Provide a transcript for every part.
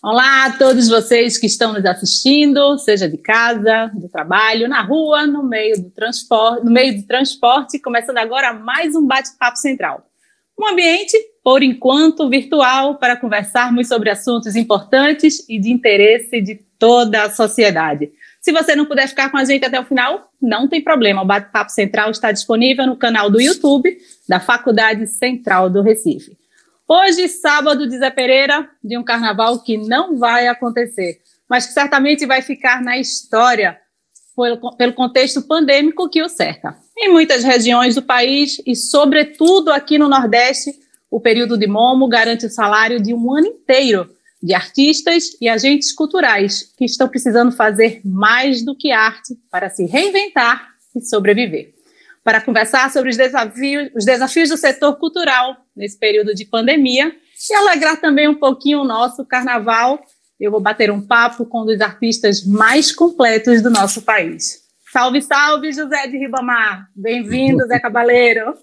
Olá a todos vocês que estão nos assistindo, seja de casa, do trabalho, na rua, no meio do transporte, começando agora mais um bate-papo central. Um ambiente, por enquanto, virtual, para conversarmos sobre assuntos importantes e de interesse de toda a sociedade. Se você não puder ficar com a gente até o final, não tem problema. O Bate-Papo Central está disponível no canal do YouTube da Faculdade Central do Recife. Hoje, sábado de Zé Pereira, de um carnaval que não vai acontecer, mas que certamente vai ficar na história pelo contexto pandêmico que o cerca. Em muitas regiões do país e, sobretudo, aqui no Nordeste, o período de Momo garante o salário de um ano inteiro de artistas e agentes culturais que estão precisando fazer mais do que arte para se reinventar e sobreviver. Para conversar sobre os desafios do setor cultural nesse período de pandemia e alegrar também um pouquinho o nosso carnaval, eu vou bater um papo com um dos artistas mais completos do nosso país. Salve, salve, José de Ribamar! Bem-vindo, Zé Cabaleiro!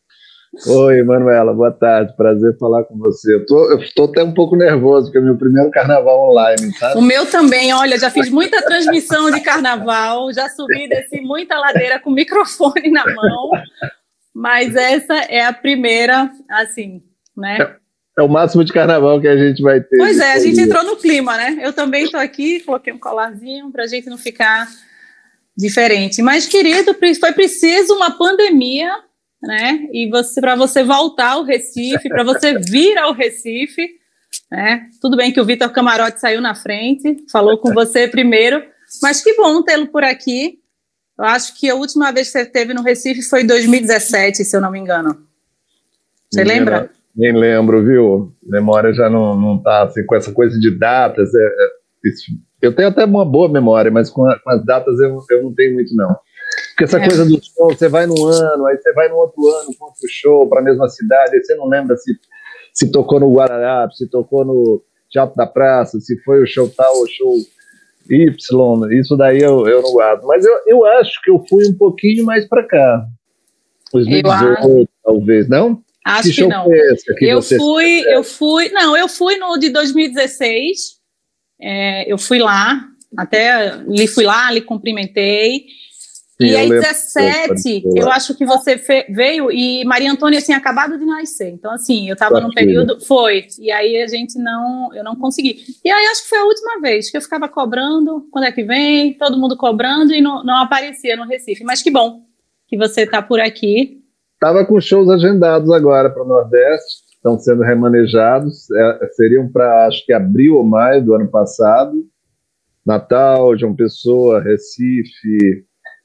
Oi, Manuela, boa tarde, prazer falar com você. Eu tô até um pouco nervoso, porque é meu primeiro carnaval online, sabe? O meu também, olha, já fiz muita transmissão de carnaval, já subi e desci muita ladeira com o microfone na mão, mas essa é a primeira, assim, né? É o máximo de carnaval que a gente vai ter. Pois é, a gente entrou no clima, né? Eu também estou aqui, coloquei um colarzinho para a gente não ficar diferente. Mas, querido, foi preciso uma pandemia, né? E para você voltar ao Recife, para você vir ao Recife, né? Tudo bem que o Vitor Camarote saiu na frente, falou com você primeiro, mas que bom tê-lo por aqui. Eu acho que a última vez que você esteve no Recife foi em 2017, se eu não me engano. Você lembra? Nem lembro, viu? Memória já não tá assim, com essa coisa de datas. Eu tenho até uma boa memória, mas com as datas eu não tenho muito, não. Porque essa coisa do show, você vai num ano, aí você vai no outro ano com outro show para a mesma cidade, aí você não lembra se tocou no Guararapes, se tocou no Teatro da Praça, se foi o show tal ou show Y, isso daí eu não guardo. Mas eu acho que eu fui um pouquinho mais para cá. 2018, talvez, não? Acho que não. Eu fui no de 2016, eu fui lá, lhe cumprimentei. E aí, 17, eu acho que você veio e Maria Antônia tinha acabado de nascer. Então, assim, eu estava num período... E aí eu não consegui. E aí, acho que foi a última vez que eu ficava cobrando, quando é que vem, todo mundo cobrando e não aparecia no Recife. Mas que bom que você está por aqui. Estava com shows agendados agora para o Nordeste, estão sendo remanejados, seriam para, acho que abril ou maio do ano passado. Natal, João Pessoa, Recife...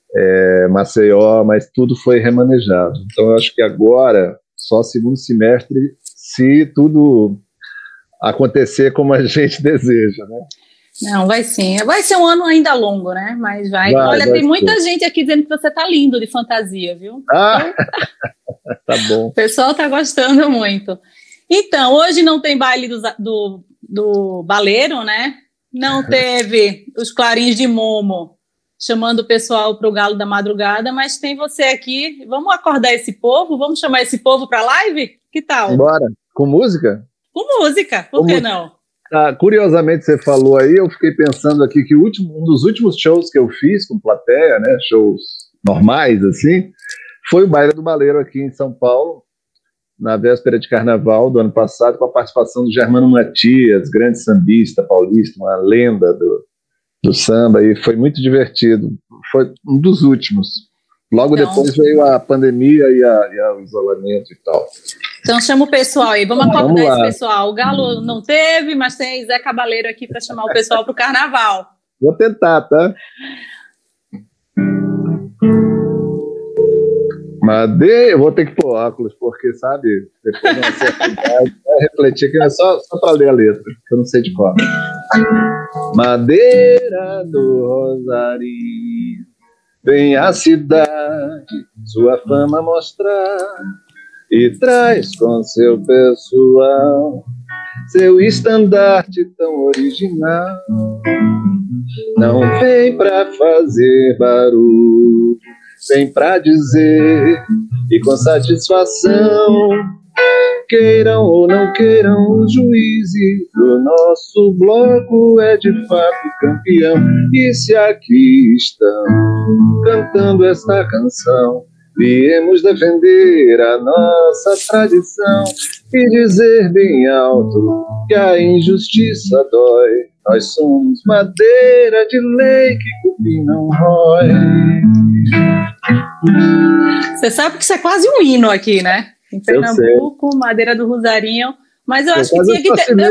Maceió, mas tudo foi remanejado. Então eu acho que agora, só segundo semestre, se tudo acontecer como a gente deseja, né? Não, vai sim. Vai ser um ano ainda longo, né? Mas vai. Olha, tem muita gente aqui dizendo que você tá lindo de fantasia, viu? Ah, tá bom. O pessoal tá gostando muito. Então, hoje não tem baile do baleiro, né? Não teve os clarins de Momo chamando o pessoal para o Galo da Madrugada, mas tem você aqui. Vamos acordar esse povo? Vamos chamar esse povo para a live? Que tal? Bora. Com música? Com música, por que não? Curiosamente, você falou aí, eu fiquei pensando aqui que um dos últimos shows que eu fiz com plateia, né, shows normais, assim, foi o Baile do Baleiro aqui em São Paulo, na véspera de carnaval do ano passado, com a participação do Germano Matias, grande sambista paulista, uma lenda do samba, e foi muito divertido. Foi um dos últimos. Logo depois veio a pandemia e o isolamento e tal. Então chama o pessoal aí, vamos acordar esse pessoal. O Galo não teve, mas tem Zé Cabaleiro aqui para chamar o pessoal para o carnaval. Vou tentar, tá? Mas eu vou ter que pôr óculos, porque, sabe, depois de uma certa idade, vai refletir que não é só para ler a letra, que eu não sei de qual. Madeira do Rosário, vem a cidade sua fama mostrar, e traz com seu pessoal seu estandarte tão original. Não vem pra fazer barulho, vem pra dizer, e com satisfação, Queiram ou não queiram os juízes, o nosso bloco é de fato campeão. E se aqui estamos cantando esta canção, viemos defender a nossa tradição e dizer bem alto que a injustiça dói. Nós somos madeira de lei que cupim não rói. Você sabe que isso é quase um hino aqui, né? Em Pernambuco, Madeira do Rosarinho. Mas eu acho que tinha que ter...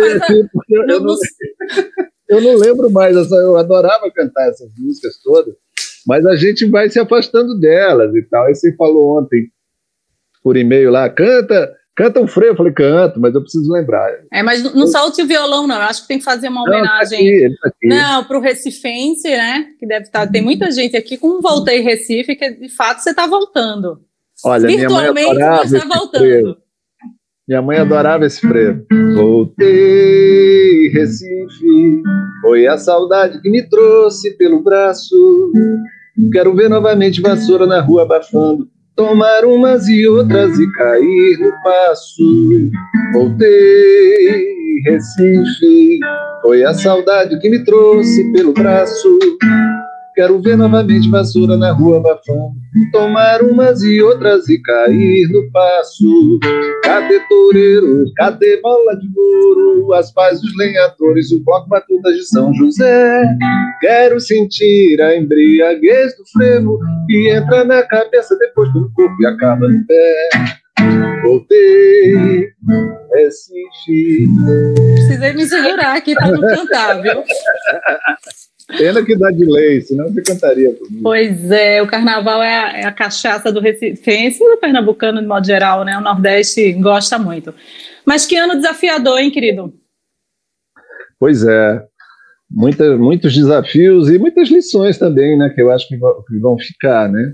Eu não lembro mais, eu adorava cantar essas músicas todas, mas a gente vai se afastando delas e tal. Aí você falou ontem, por e-mail lá, canta um frevo. Eu falei, canto, mas eu preciso lembrar. Mas não solte o violão, não. Eu acho que tem que fazer uma homenagem. Tá aqui. Não, para o recifense, né? Que deve estar. Tem muita gente aqui com Voltei Recife, que de fato você está voltando. Olha, virtualmente você está voltando. Frevo. Minha mãe adorava esse frevo. Voltei, Recife, foi a saudade que me trouxe pelo braço. Quero ver novamente vassoura na rua abafando, tomar umas e outras e cair no passo. Voltei, Recife, foi a saudade que me trouxe pelo braço. Quero ver novamente vassoura na rua abafando, tomar umas e outras e cair no passo. Cadê toureiro, cadê bola de ouro, as paz dos lenhadores, o bloco batuta de São José. Quero sentir a embriaguez do frevo que entra na cabeça, depois do corpo e acaba no pé. Voltei, Recife. Precisei me segurar aqui para não cantar, viu? Pena que dá delay, senão você cantaria comigo. Pois é, o carnaval é a cachaça do recifense e do pernambucano de modo geral, né? O Nordeste gosta muito. Mas que ano desafiador, hein, querido? Pois é, muitos desafios e muitas lições também, né? Que eu acho que vão ficar, né?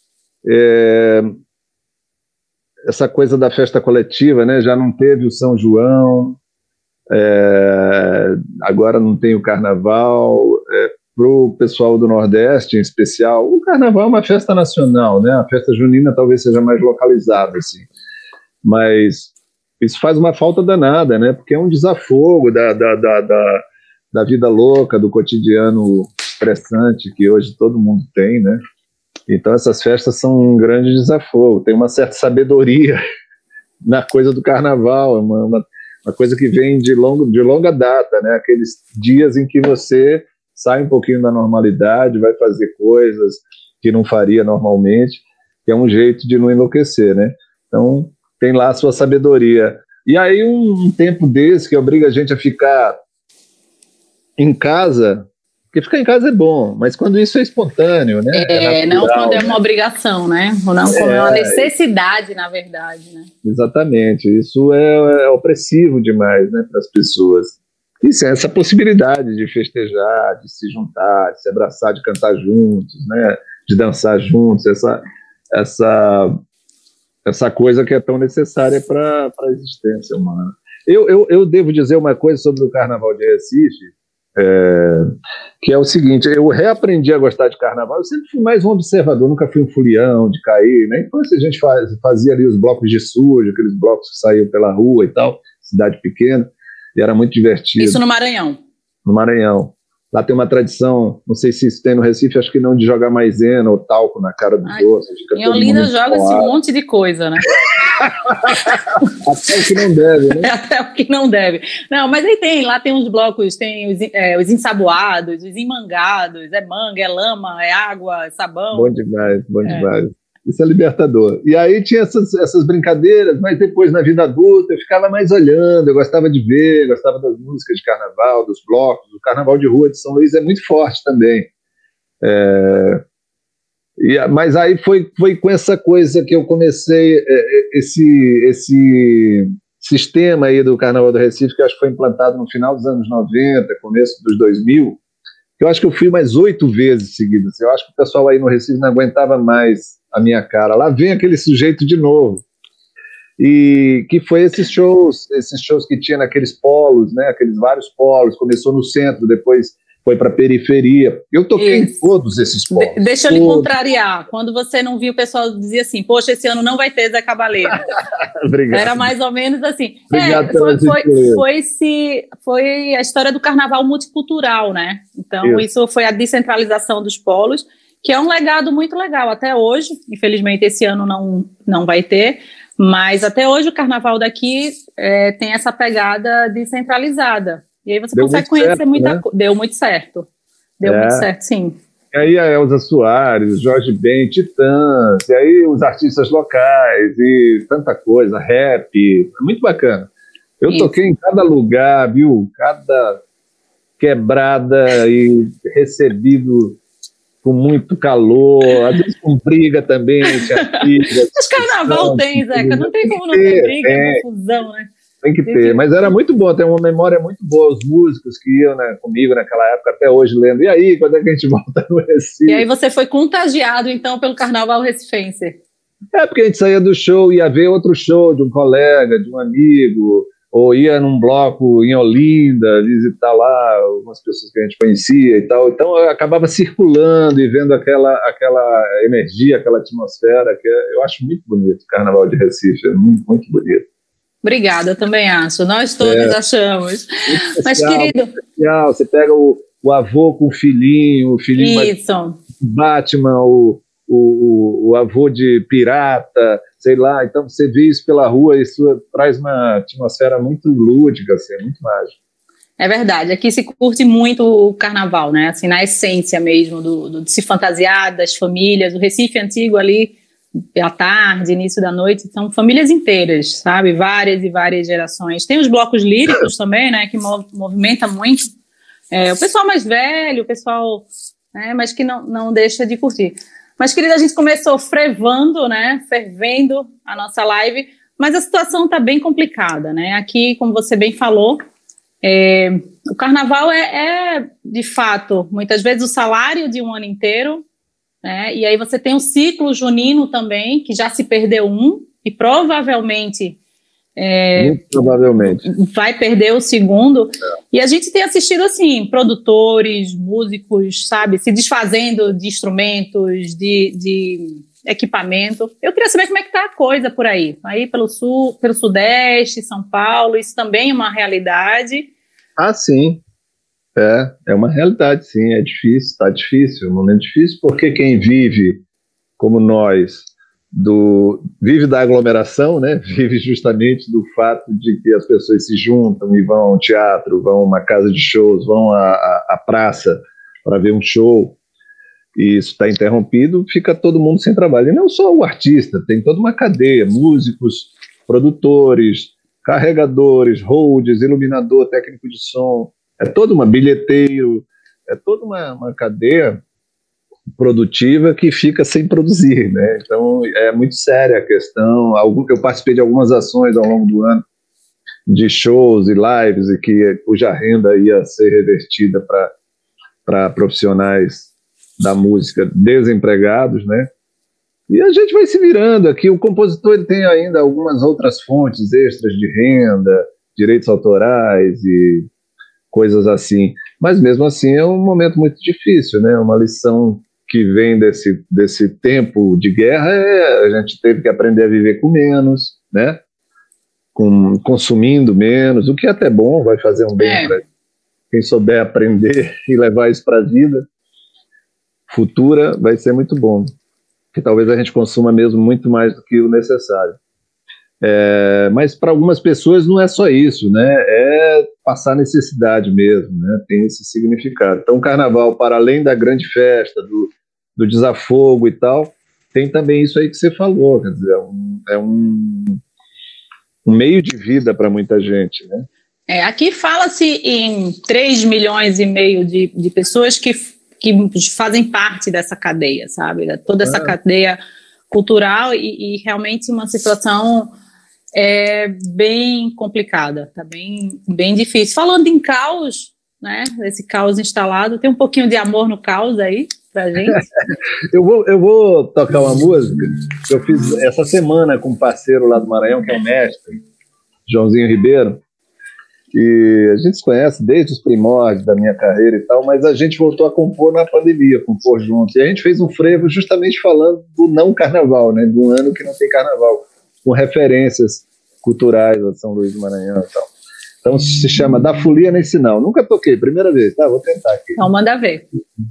Essa coisa da festa coletiva, né? Já não teve o São João. Agora não tem o carnaval. Para o pessoal do Nordeste, em especial, o carnaval é uma festa nacional, né? A festa junina talvez seja mais localizada, assim. Mas isso faz uma falta danada, né? Porque é um desafogo da vida louca, do cotidiano estressante que hoje todo mundo tem, né? Então essas festas são um grande desafogo. Tem uma certa sabedoria na coisa do carnaval, uma coisa que vem de longa data, né? Aqueles dias em que você sai um pouquinho da normalidade, vai fazer coisas que não faria normalmente, que é um jeito de não enlouquecer, né? Então, tem lá a sua sabedoria. E aí, um tempo desse que obriga a gente a ficar em casa, porque ficar em casa é bom, mas quando isso é espontâneo, né? Não quando é uma obrigação, né? Ou não como é uma necessidade, na verdade, né? Exatamente. Isso é opressivo demais, né, para as pessoas. Isso, essa possibilidade de festejar, de se juntar, de se abraçar, de cantar juntos, né, de dançar juntos, essa coisa que é tão necessária para a existência humana. Eu devo dizer uma coisa sobre o Carnaval de Recife, que é o seguinte: eu reaprendi a gostar de carnaval. Eu sempre fui mais um observador, nunca fui um fulião de cair, né? Então a gente fazia ali os blocos de sujo, aqueles blocos que saíam pela rua e tal, cidade pequena, e era muito divertido. Isso no Maranhão? No Maranhão. Lá tem uma tradição, não sei se isso tem no Recife, acho que não, de jogar maisena ou talco na cara dos outros. Em Olinda joga-se um monte de coisa, né? Até o que não deve, né? Até o que não deve. Não, mas aí lá tem uns blocos, tem os ensaboados, os enmangados, é manga, é lama, é água, é sabão. Bom demais, bom demais. Isso é libertador. E aí tinha essas brincadeiras, mas depois, na vida adulta, eu ficava mais olhando, eu gostava de ver, gostava das músicas de carnaval, dos blocos. O carnaval de rua de São Luís é muito forte também. Mas aí foi com essa coisa que eu comecei, esse sistema aí do Carnaval do Recife, que eu acho que foi implantado no final dos anos 90, começo dos 2000, que eu acho que eu fui mais 8 vezes seguidas. Eu acho que o pessoal aí no Recife não aguentava mais a minha cara. Lá vem aquele sujeito de novo. E que foi esses shows que tinha naqueles polos, né? Aqueles vários polos. Começou no centro, depois foi para a periferia. Eu toquei em todos esses polos. Deixa eu lhe contrariar. Quando você não viu, o pessoal dizia assim, poxa, esse ano não vai ter Zé Cabaleiro. Obrigado. Era mais ou menos assim. Obrigado Foi a história do carnaval multicultural, né? Então, isso foi a descentralização dos polos, que é um legado muito legal até hoje. Infelizmente, esse ano não vai ter, mas até hoje o carnaval daqui tem essa pegada descentralizada. E aí você consegue conhecer muita coisa. Deu muito certo. Deu muito certo, sim. E aí a Elza Soares, Jorge Ben, Titãs, e aí os artistas locais, e tanta coisa, rap, muito bacana. Eu toquei em cada lugar, viu? Cada quebrada e recebido com muito calor, às vezes com briga também. Mas carnaval tem, Zeca, não tem como não ter briga, confusão, né? Tem que ter, mas era muito bom, tem uma memória muito boa, os músicos que iam comigo naquela época, até hoje lendo, e aí, quando é que a gente volta no Recife? E aí você foi contagiado, então, pelo Carnaval Recifense? Porque a gente saía do show, ia ver outro show de um colega, de um amigo, ou ia num bloco em Olinda, visitar lá algumas pessoas que a gente conhecia e tal, então eu acabava circulando e vendo aquela energia, aquela atmosfera, que eu acho muito bonito o Carnaval de Recife, é muito, muito bonito. Obrigada, eu também acho. Nós todos achamos. Mas, querido... Especial. Você pega o avô com o filhinho Isso. Batman, o avô de pirata, sei lá. Então, você vê isso pela rua, isso traz uma atmosfera muito lúdica, assim, muito mágica. É verdade. Aqui se curte muito o carnaval, né? Assim, na essência mesmo, de se fantasiar, das famílias. O Recife antigo ali, à tarde, início da noite, são famílias inteiras, sabe? Várias e várias gerações. Tem os blocos líricos também, né? Que movimenta muito. O pessoal mais velho, o pessoal... mas que não deixa de curtir. Mas, querida, a gente começou frevando, né? Fervendo a nossa live, mas a situação está bem complicada, né? Aqui, como você bem falou, o carnaval de fato, muitas vezes o salário de um ano inteiro, e aí você tem o ciclo junino também, que já se perdeu e provavelmente, muito provavelmente vai perder o segundo. E a gente tem assistido assim, produtores, músicos, sabe, se desfazendo de instrumentos, de equipamento. Eu queria saber como é que está a coisa por aí pelo sul, pelo sudeste, São Paulo, isso também é uma realidade? Sim. É uma realidade, sim, é difícil, está difícil, é um momento difícil, porque quem vive, como nós, vive da aglomeração, né? Vive justamente do fato de que as pessoas se juntam e vão ao teatro, vão a uma casa de shows, vão à praça para ver um show, e isso está interrompido, fica todo mundo sem trabalho. E não só o artista, tem toda uma cadeia, músicos, produtores, carregadores, holds, iluminador, técnico de som, é toda uma bilheteiro, é toda uma cadeia produtiva que fica sem produzir, né? Então é muito séria a questão. Eu participei de algumas ações ao longo do ano de shows e lives e cuja renda ia ser revertida para profissionais da música desempregados, né? E a gente vai se virando aqui. O compositor ele tem ainda algumas outras fontes extras de renda, direitos autorais e coisas assim, mas mesmo assim é um momento muito difícil, né? Uma lição que vem desse tempo de guerra a gente teve que aprender a viver com menos, né? Consumindo menos, o que é até bom, vai fazer um bem para quem souber aprender e levar isso para a vida futura, vai ser muito bom, que talvez a gente consuma mesmo muito mais do que o necessário. Mas para algumas pessoas não é só isso, né? É passar necessidade mesmo, né? Tem esse significado. Então o carnaval, para além da grande festa, do desafogo e tal, tem também isso aí que você falou, quer dizer, é um meio de vida para muita gente, né? Aqui fala-se em 3,5 milhões de pessoas que fazem parte dessa cadeia, sabe? Toda essa cadeia cultural e realmente uma situação bem complicada, tá bem difícil. Falando em caos, né? Esse caos instalado, tem um pouquinho de amor no caos aí pra gente? Eu vou tocar uma música que eu fiz essa semana com um parceiro lá do Maranhão, que é o mestre, Joãozinho Ribeiro, E a gente se conhece desde os primórdios da minha carreira e tal, mas a gente voltou a compor na pandemia, compor juntos. E a gente fez um frevo justamente falando do não carnaval, né? Do ano que não tem carnaval, com referências culturais a São Luís do Maranhão e tal. Então se chama Da Folia Nem Sinal. Nunca toquei, primeira vez, tá? Vou tentar aqui. Então manda ver.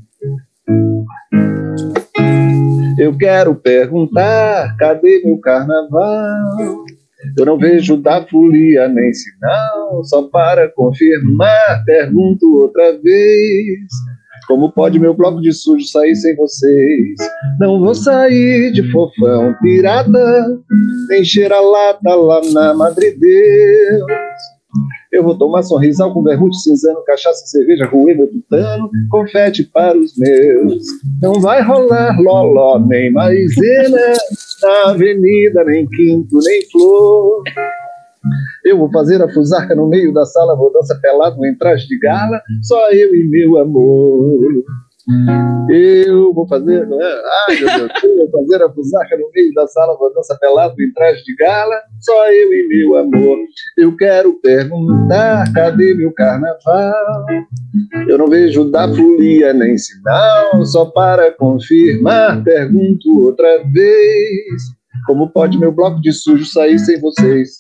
Eu quero perguntar, cadê meu carnaval? Eu não vejo da folia nem sinal, só para confirmar, pergunto outra vez. Como pode meu bloco de sujo sair sem vocês? Não vou sair de fofão pirata, nem cheira-lata lá na Madre Deus. Eu vou tomar sorrisal com vermute cinzano, cachaça e cerveja, roer meu tutano, confete para os meus. Não vai rolar loló, nem maisena, na avenida, nem quinto, nem flor. Eu vou fazer a fusarca no meio da sala, vou dançar pelado em traje de gala, só eu e meu amor. Eu vou fazer, não é? Ai, meu Deus, eu vou fazer a fusarca no meio da sala, vou dançar pelado em traje de gala, só eu e meu amor. Eu quero perguntar, cadê meu carnaval? Eu não vejo da folia nem sinal, só para confirmar, pergunto outra vez. Como pode meu bloco de sujo sair sem vocês?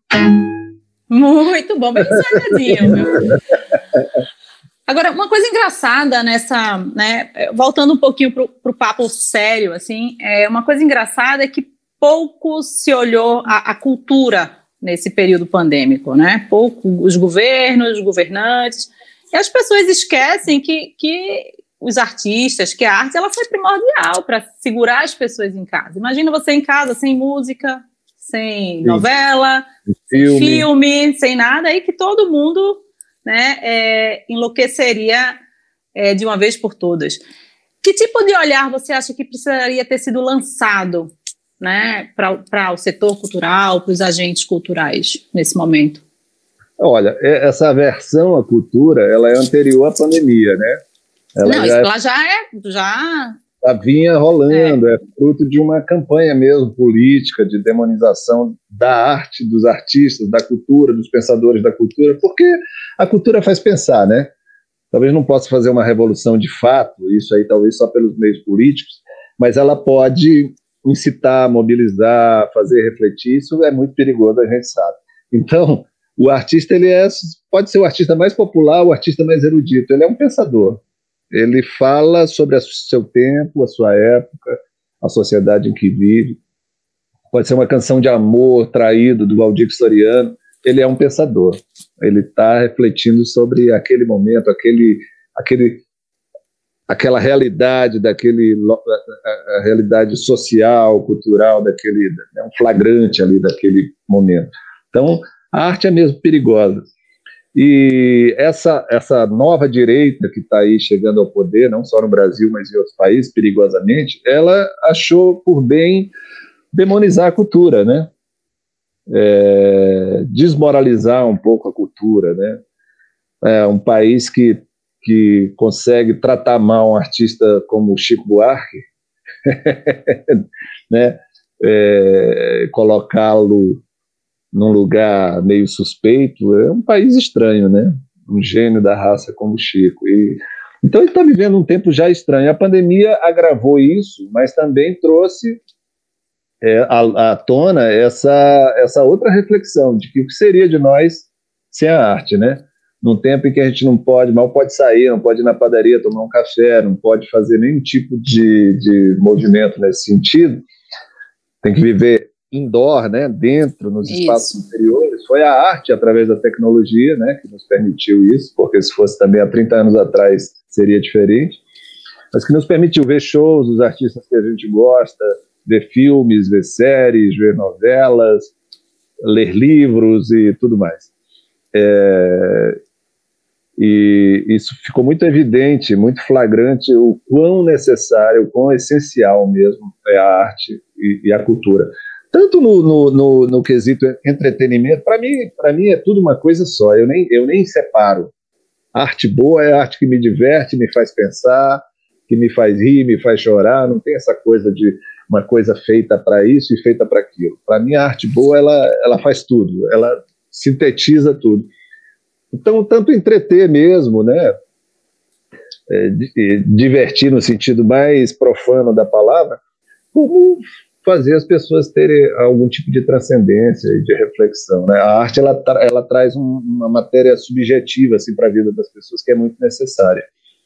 Muito bom, bem ensaiadinho, viu? Agora, uma coisa engraçada nessa, né, voltando um pouquinho para o papo sério, assim, uma coisa engraçada é que pouco se olhou a cultura nesse período pandêmico, né? Pouco os governos, os governantes, e as pessoas esquecem que os artistas, que a arte, ela foi primordial para segurar as pessoas em casa. Imagina você em casa sem música, sem novela, sem filme, sem nada, aí que todo mundo, né, enlouqueceria de uma vez por todas. Que tipo de olhar você acha que precisaria ter sido lançado, né, para o setor cultural, para os agentes culturais nesse momento? Olha, essa aversão à cultura, ela é anterior à pandemia, né? Ela já vinha rolando, é fruto de uma campanha mesmo política de demonização da arte, dos artistas, da cultura, dos pensadores da cultura, porque a cultura faz pensar, né? Talvez não possa fazer uma revolução de fato, isso aí talvez só pelos meios políticos, mas ela pode incitar, mobilizar, fazer refletir, isso é muito perigoso, a gente sabe. Então, o artista, pode ser o artista mais popular, o artista mais erudito, ele é um pensador. Ele fala sobre o seu tempo, a sua época, a sociedade em que vive. Pode ser uma canção de amor traído do Valdir Soriano. Ele é um pensador. Ele está refletindo sobre aquele momento, aquela realidade, a realidade social, cultural, um flagrante ali daquele momento. Então, a arte é mesmo perigosa. E essa nova direita que está aí chegando ao poder, não só no Brasil, mas em outros países, perigosamente, ela achou por bem demonizar a cultura, né? Desmoralizar um pouco a cultura, né? Um país que consegue tratar mal um artista como Chico Buarque, né? Colocá-lo num lugar meio suspeito, é um país estranho, né? Um gênio da raça como Chico. Então ele está vivendo um tempo já estranho. A pandemia agravou isso, mas também trouxe à tona essa outra reflexão de que o que seria de nós sem a arte, né? Num tempo em que a gente mal pode sair, não pode ir na padaria tomar um café, não pode fazer nenhum tipo de movimento nesse sentido, tem que viver indoor, né, dentro, nos espaços interiores. Foi a arte, através da tecnologia, né, que nos permitiu isso, porque se fosse também há 30 anos atrás, seria diferente, mas que nos permitiu ver shows dos artistas que a gente gosta, ver filmes, ver séries, ver novelas, ler livros e tudo mais. E isso ficou muito evidente, muito flagrante, o quão necessário, o quão essencial mesmo é a arte e a cultura. Tanto no quesito entretenimento, para mim é tudo uma coisa só, eu nem separo. A arte boa é a arte que me diverte, me faz pensar, que me faz rir, me faz chorar, não tem essa coisa de uma coisa feita para isso e feita para aquilo. Para mim a arte boa, ela faz tudo, ela sintetiza tudo. Então, tanto entreter mesmo, né? Divertir no sentido mais profano da palavra, como fazer as pessoas terem algum tipo de transcendência e de reflexão, né? A arte ela traz uma matéria subjetiva assim, para a vida das pessoas que é muito necessária.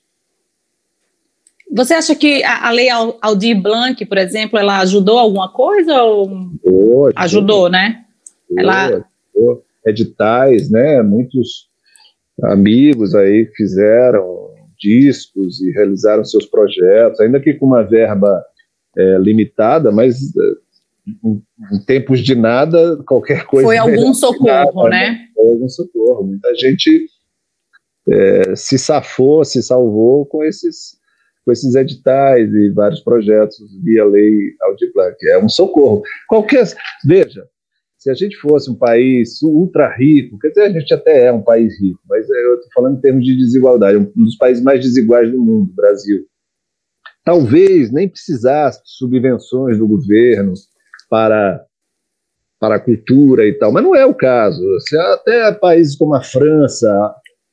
Você acha que a Lei Aldir Blanc, por exemplo, ela ajudou alguma coisa ou ajudou, né? Ajudou. Editais, né? Muitos amigos aí fizeram discos e realizaram seus projetos, ainda que com uma verba limitada, mas em tempos de nada, qualquer coisa... Foi algum socorro, né? Foi algum socorro. Muita gente se salvou com esses editais e vários projetos via Lei Aldir Blanc. É um socorro. Veja, se a gente fosse um país ultra rico, quer dizer, a gente até é um país rico, mas eu estou falando em termos de desigualdade, um dos países mais desiguais do mundo, o Brasil. Talvez nem precisasse de subvenções do governo para a cultura e tal, mas não é o caso. Até países como a França,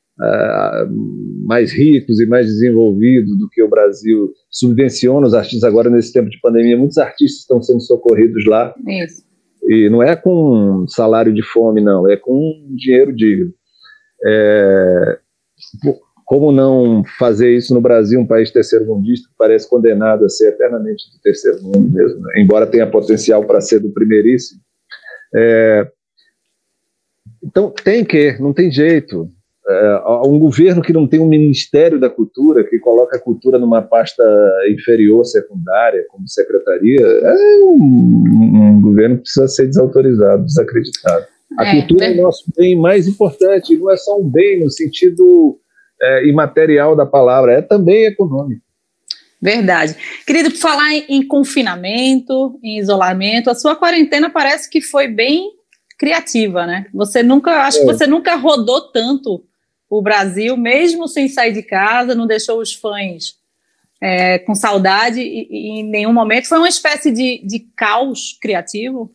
mais ricos e mais desenvolvidos do que o Brasil, subvencionam os artistas agora nesse tempo de pandemia. Muitos artistas estão sendo socorridos lá. Isso. E não é com salário de fome, não, é com dinheiro digno. Como não fazer isso no Brasil, um país terceiro-mundista que parece condenado a ser eternamente do terceiro mundo mesmo, né? Embora tenha potencial para ser do primeiríssimo. Então, não tem jeito. Um governo que não tem um Ministério da Cultura, que coloca a cultura numa pasta inferior, secundária, como secretaria, é um governo que precisa ser desautorizado, desacreditado. A cultura é o nosso bem mais importante, não é só um bem no sentido imaterial da palavra, é também econômico. Verdade. Querido, por falar em confinamento, em isolamento, a sua quarentena parece que foi bem criativa, né? Acho que você nunca rodou tanto o Brasil, mesmo sem sair de casa, não deixou os fãs com saudade e em nenhum momento. Foi uma espécie de caos criativo?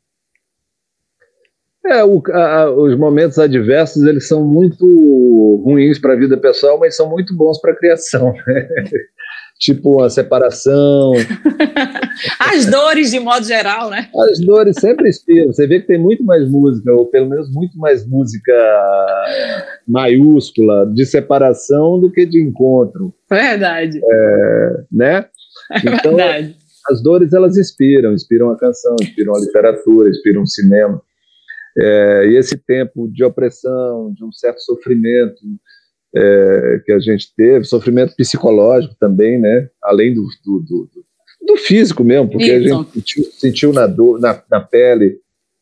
Os momentos adversos, eles são muito ruins para a vida pessoal, mas são muito bons para a criação, né? Tipo uma separação. As dores, de modo geral, né? As dores sempre inspiram. Você vê que tem muito mais música, ou pelo menos muito mais música maiúscula de separação do que de encontro. Verdade. Né? Então, verdade. As dores, elas inspiram a canção, inspiram a literatura, inspiram o cinema. E esse tempo de opressão, de um certo sofrimento que a gente teve, sofrimento psicológico também, né? Além do físico mesmo, porque a gente sentiu na pele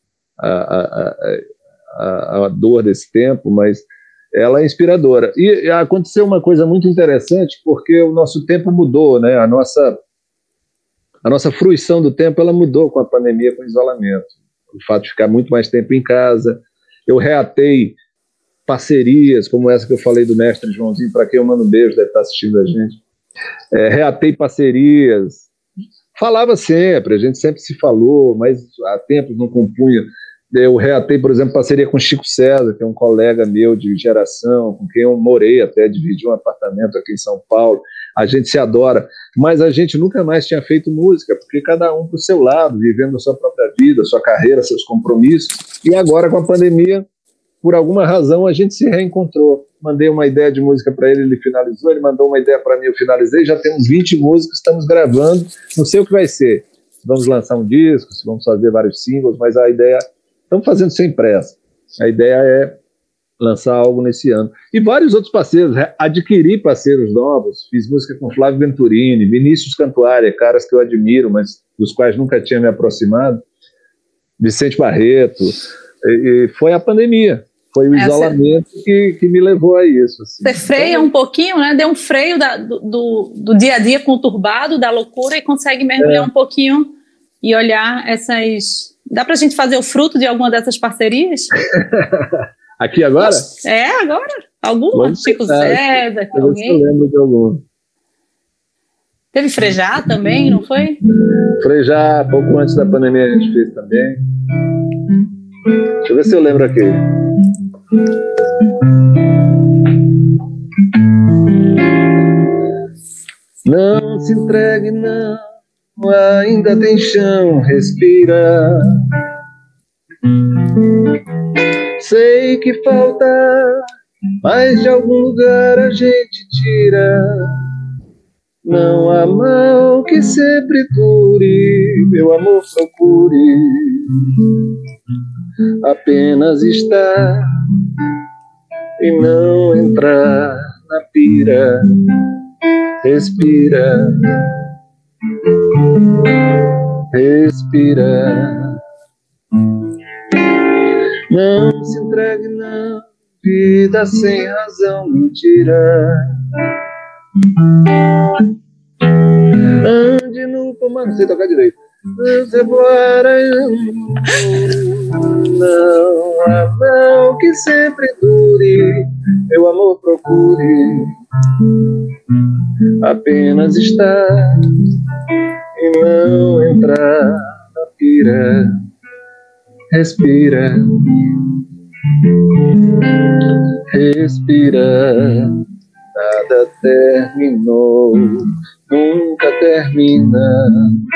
a dor desse tempo, mas ela é inspiradora. E aconteceu uma coisa muito interessante, porque o nosso tempo mudou, né? A nossa fruição do tempo, ela mudou com a pandemia, com o isolamento. O fato de ficar muito mais tempo em casa. Eu reatei parcerias, como essa que eu falei do mestre Joãozinho, para quem eu mando um beijo, deve estar assistindo a gente. Reatei parcerias. Falava sempre, a gente sempre se falou, mas há tempos não compunha. Eu reatei, por exemplo, parceria com Chico César, que é um colega meu de geração, com quem eu morei até, dividi um apartamento aqui em São Paulo. A gente se adora, mas a gente nunca mais tinha feito música, porque cada um para o seu lado, vivendo a sua própria vida, a sua carreira, seus compromissos. E agora, com a pandemia, por alguma razão, a gente se reencontrou. Mandei uma ideia de música para ele, ele finalizou, ele mandou uma ideia para mim, eu finalizei, já temos 20 músicas, estamos gravando, não sei o que vai ser. Se vamos lançar um disco, se vamos fazer vários singles, mas a ideia... Estamos fazendo sem pressa. A ideia é lançar algo nesse ano. E vários outros parceiros, adquiri parceiros novos, fiz música com Flávio Venturini, Vinícius Cantuária, caras que eu admiro, mas dos quais nunca tinha me aproximado, Vicente Barreto, e foi a pandemia, foi o isolamento que me levou a isso. Assim. Você freia um pouquinho, né? Deu um freio do dia a dia conturbado, da loucura, e consegue mergulhar um pouquinho e olhar essas... Dá pra gente fazer o fruto de alguma dessas parcerias? Aqui agora? Agora. Alguma? Chico César, alguém? Eu lembro de algum. Teve Frejá também, não foi? Frejá, pouco antes da pandemia a gente fez também. Deixa eu ver se eu lembro aqui. Não se entregue, não, ainda tem chão, respira. Sei que falta, mas de algum lugar a gente tira. Não há mal que sempre dure, meu amor, procure apenas estar e não entrar na pira. Respira, respira. Não se entregue, não, vida sem razão, mentira. Ande no comando, não sei tocar direito. Não há mal que sempre dure, meu amor, procure apenas estar e não entrar na pira. Respira, respira. Nada terminou, nunca termina.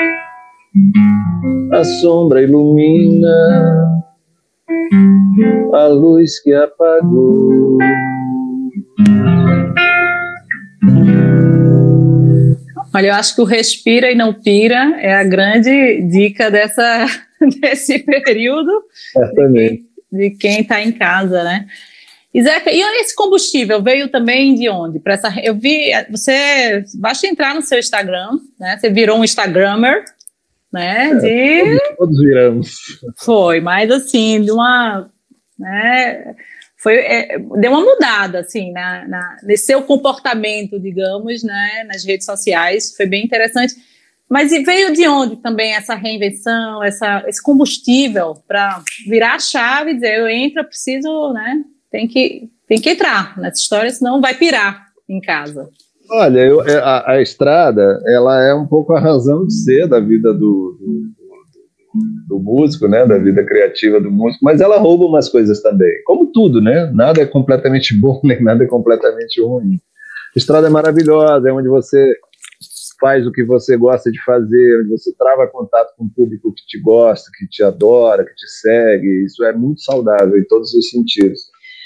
A sombra ilumina a luz que apagou. Olha, eu acho que o respira e não pira é a grande dica desse período de quem está em casa, né? E Zeca, e esse combustível veio também de onde? Eu vi, você basta entrar no seu Instagram, né? Você virou um Instagrammer, né? Todos viramos. Foi, mas assim, de uma, né? Deu uma mudada, assim, nesse seu comportamento, digamos, né? Nas redes sociais, foi bem interessante. Mas e veio de onde também essa reinvenção, esse combustível para virar a chave e dizer, eu entro, eu preciso, né? Tem que entrar nessa história, senão vai pirar em casa. Olha, a estrada, ela é um pouco a razão de ser da vida do músico, né? Da vida criativa do músico, mas ela rouba umas coisas também, como tudo, né? Nada é completamente bom, nem nada é completamente ruim. A estrada é maravilhosa, é onde você faz o que você gosta de fazer, onde você trava contato com o público que te gosta, que te adora, que te segue. Isso é muito saudável em todos os sentidos.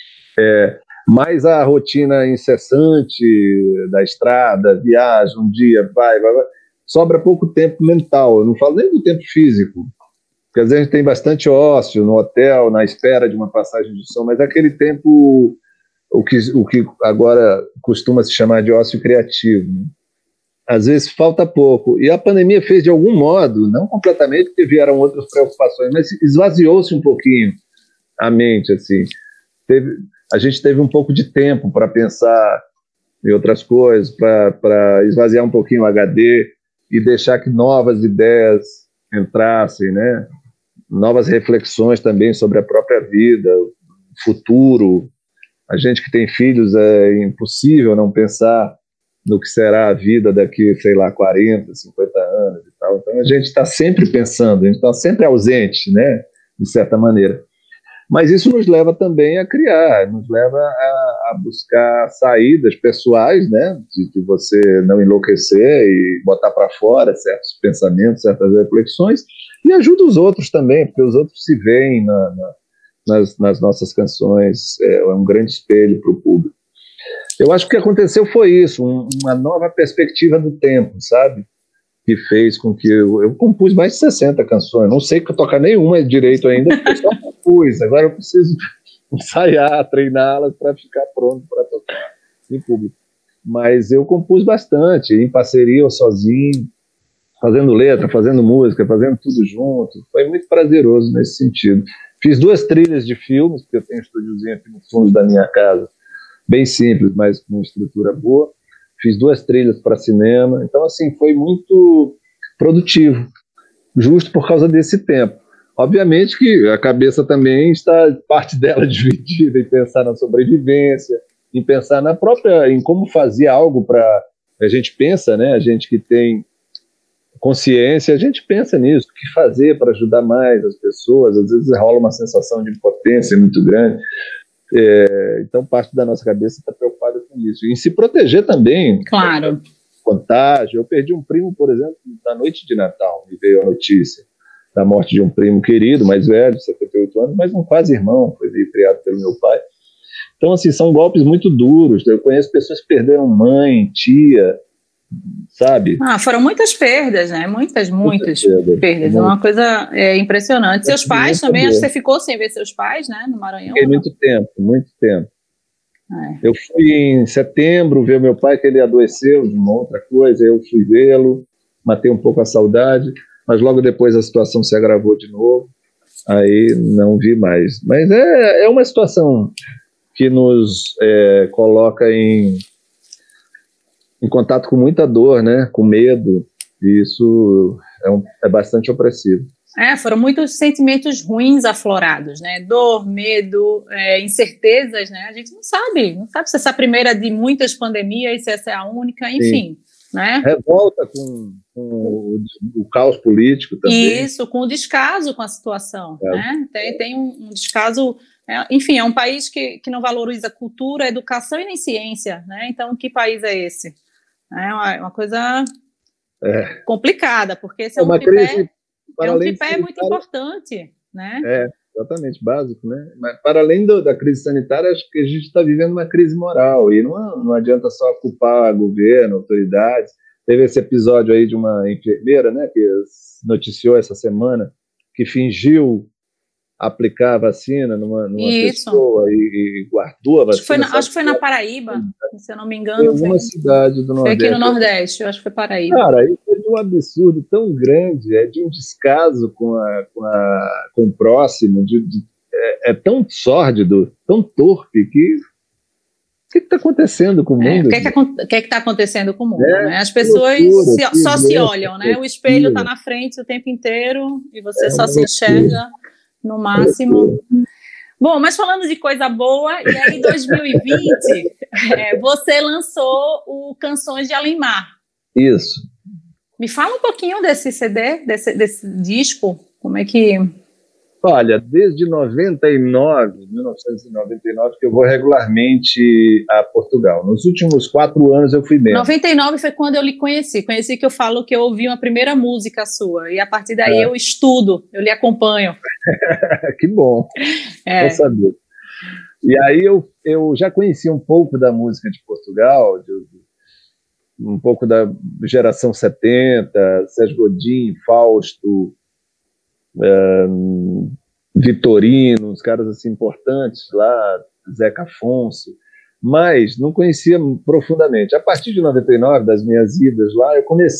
Mas a rotina incessante da estrada, viagem, um dia, vai, sobra pouco tempo mental. Eu não falo nem do tempo físico, porque às vezes a gente tem bastante ócio no hotel, na espera de uma passagem de som, mas aquele tempo, o que agora costuma se chamar de ócio criativo, né? Às vezes falta pouco. E a pandemia fez de algum modo, não completamente, porque vieram outras preocupações, mas esvaziou-se um pouquinho a mente, assim. A gente teve um pouco de tempo para pensar em outras coisas, para esvaziar um pouquinho o HD e deixar que novas ideias entrassem, né? Novas reflexões também sobre a própria vida, o futuro. A gente que tem filhos, é impossível não pensar no que será a vida daqui, sei lá, 40, 50 anos e tal. Então a gente está sempre pensando, a gente está sempre ausente, né? De certa maneira. Mas isso nos leva também a criar, nos leva a buscar saídas pessoais, né, de você não enlouquecer e botar para fora certos pensamentos, certas reflexões, e ajuda os outros também, porque os outros se veem nas nossas canções, é um grande espelho para o público. Eu acho que o que aconteceu foi isso, uma nova perspectiva do tempo, sabe? Que fez com que eu compus mais de 60 canções, não sei tocar nenhuma direito ainda, porque eu só compus, agora eu preciso ensaiar, treiná-las para ficar pronto para tocar em público. Mas eu compus bastante, em parceria ou sozinho, fazendo letra, fazendo música, fazendo tudo junto, foi muito prazeroso nesse sentido. Fiz 2 trilhas de filmes, porque eu tenho um estúdiozinho aqui no fundo da minha casa, bem simples, mas com uma estrutura boa. Fiz 2 trilhas para cinema, então assim, foi muito produtivo, justo por causa desse tempo. Obviamente que a cabeça também está, parte dela dividida em pensar na sobrevivência, em pensar em como fazer algo para... A gente pensa, né, a gente que tem consciência, a gente pensa nisso, o que fazer para ajudar mais as pessoas, às vezes rola uma sensação de impotência muito grande. Então, parte da nossa cabeça está preocupada com isso. E em se proteger também. Claro. Contágio. Eu perdi um primo, por exemplo, na noite de Natal, me veio a notícia da morte de um primo querido, mais velho, 78 anos, mas um quase irmão, foi criado pelo meu pai. Então, assim, são golpes muito duros. Eu conheço pessoas que perderam mãe, tia, sabe? Foram muitas perdas, né? Muitas perdas. É uma coisa impressionante. Seus pais também, acho que você ficou sem ver seus pais, né? No Maranhão. Fiquei muito tempo. Eu fui em setembro ver meu pai, que ele adoeceu de uma outra coisa, eu fui vê-lo, matei um pouco a saudade, mas logo depois a situação se agravou de novo, aí não vi mais. Mas é uma situação que nos coloca em contato com muita dor, né? Com medo, e isso é bastante opressivo. Foram muitos sentimentos ruins aflorados, né? Dor, medo, incertezas, né? A gente não sabe se essa primeira de muitas pandemias, se essa é a única, enfim. Né? Revolta com o caos político também. Isso, com o descaso com a situação. Né? Tem um descaso. Enfim, é um país que não valoriza cultura, educação e nem ciência. Né? Então, que país é esse? É uma coisa complicada, porque esse é um tripé muito importante. Né? Exatamente, básico. Né? Mas, para além da crise sanitária, acho que a gente está vivendo uma crise moral, e não adianta só culpar governo, autoridades. Teve esse episódio aí de uma enfermeira, né, que noticiou essa semana, que fingiu aplicar a vacina numa pessoa e guardou a vacina. Acho que foi na Paraíba, se eu não me engano. Em alguma cidade do Nordeste. Foi aqui no Nordeste, eu acho que foi Paraíba. Cara, isso é de um absurdo tão grande, de um descaso com o próximo, é tão sórdido, tão torpe, que o que está acontecendo com o mundo? O que está acontecendo com o mundo? Né? As pessoas só se olham, né? O espelho está na frente o tempo inteiro e você só se enxerga no máximo. Bom, mas falando de coisa boa, e aí em 2020 você lançou o Canções de Alemar. Isso. Me fala um pouquinho desse CD, desse disco, como é que... Olha, desde 1999, que eu vou regularmente a Portugal. Nos últimos 4 anos eu fui mesmo. 99 foi quando eu lhe conheci. Conheci que eu falo que eu ouvi uma primeira música sua. E a partir daí eu estudo, eu lhe acompanho. Que bom. Vou saber. E aí eu já conheci um pouco da música de Portugal, um pouco da geração 70, Sérgio Godinho, Fausto... Vitorino, uns caras assim importantes lá, Zeca Afonso, mas não conhecia profundamente. A partir de 99, das minhas idas lá,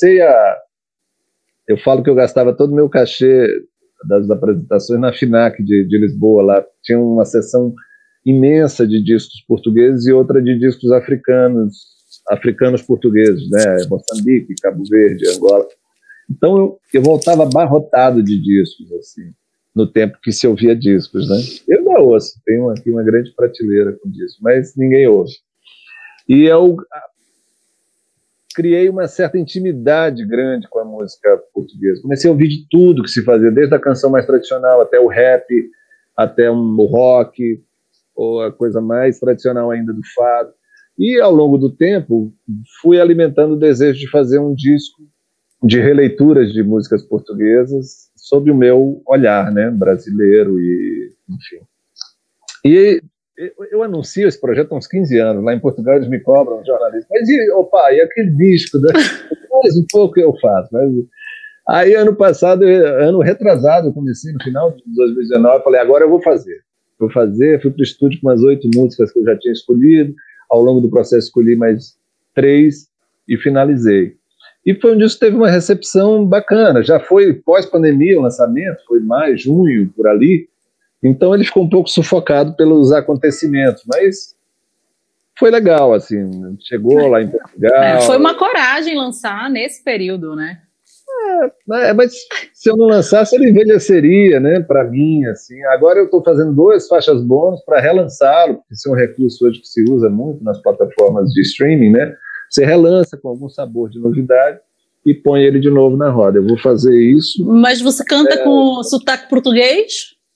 eu falo que eu gastava todo o meu cachê das apresentações na FINAC de Lisboa. Lá tinha uma seção imensa de discos portugueses e outra de discos africanos portugueses, né? Moçambique, Cabo Verde, Angola. Então eu voltava abarrotado de discos, assim, no tempo que se ouvia discos, né? Eu ainda ouço, tenho aqui uma grande prateleira com discos, mas ninguém ouve. E eu criei uma certa intimidade grande com a música portuguesa. Comecei a ouvir de tudo que se fazia, desde a canção mais tradicional até o rap, até o rock, ou a coisa mais tradicional ainda do fado. E ao longo do tempo fui alimentando o desejo de fazer um disco de releituras de músicas portuguesas sob o meu olhar, né, brasileiro, e enfim. E eu anuncio esse projeto há uns 15 anos, lá em Portugal eles me cobram, jornalistas, mas e aquele disco, né? Mais um pouco eu faço. Mas... Aí ano retrasado, eu comecei no final de 2019, falei, agora eu vou fazer, fui para o estúdio com umas 8 músicas que eu já tinha escolhido, ao longo do processo escolhi mais 3 e finalizei. E foi um disco que teve uma recepção bacana. Já foi pós-pandemia o lançamento, foi maio, junho, por ali. Então ele ficou um pouco sufocado pelos acontecimentos, mas foi legal, assim. Chegou lá em Portugal. Foi uma coragem lançar nesse período, né? Mas se eu não lançasse, ele envelheceria, né? Para mim, assim. Agora eu estou fazendo 2 faixas bônus para relançá-lo, porque isso é um recurso hoje que se usa muito nas plataformas de streaming, né? Você relança com algum sabor de novidade e põe ele de novo na roda. Eu vou fazer isso. Mas você canta com sotaque português?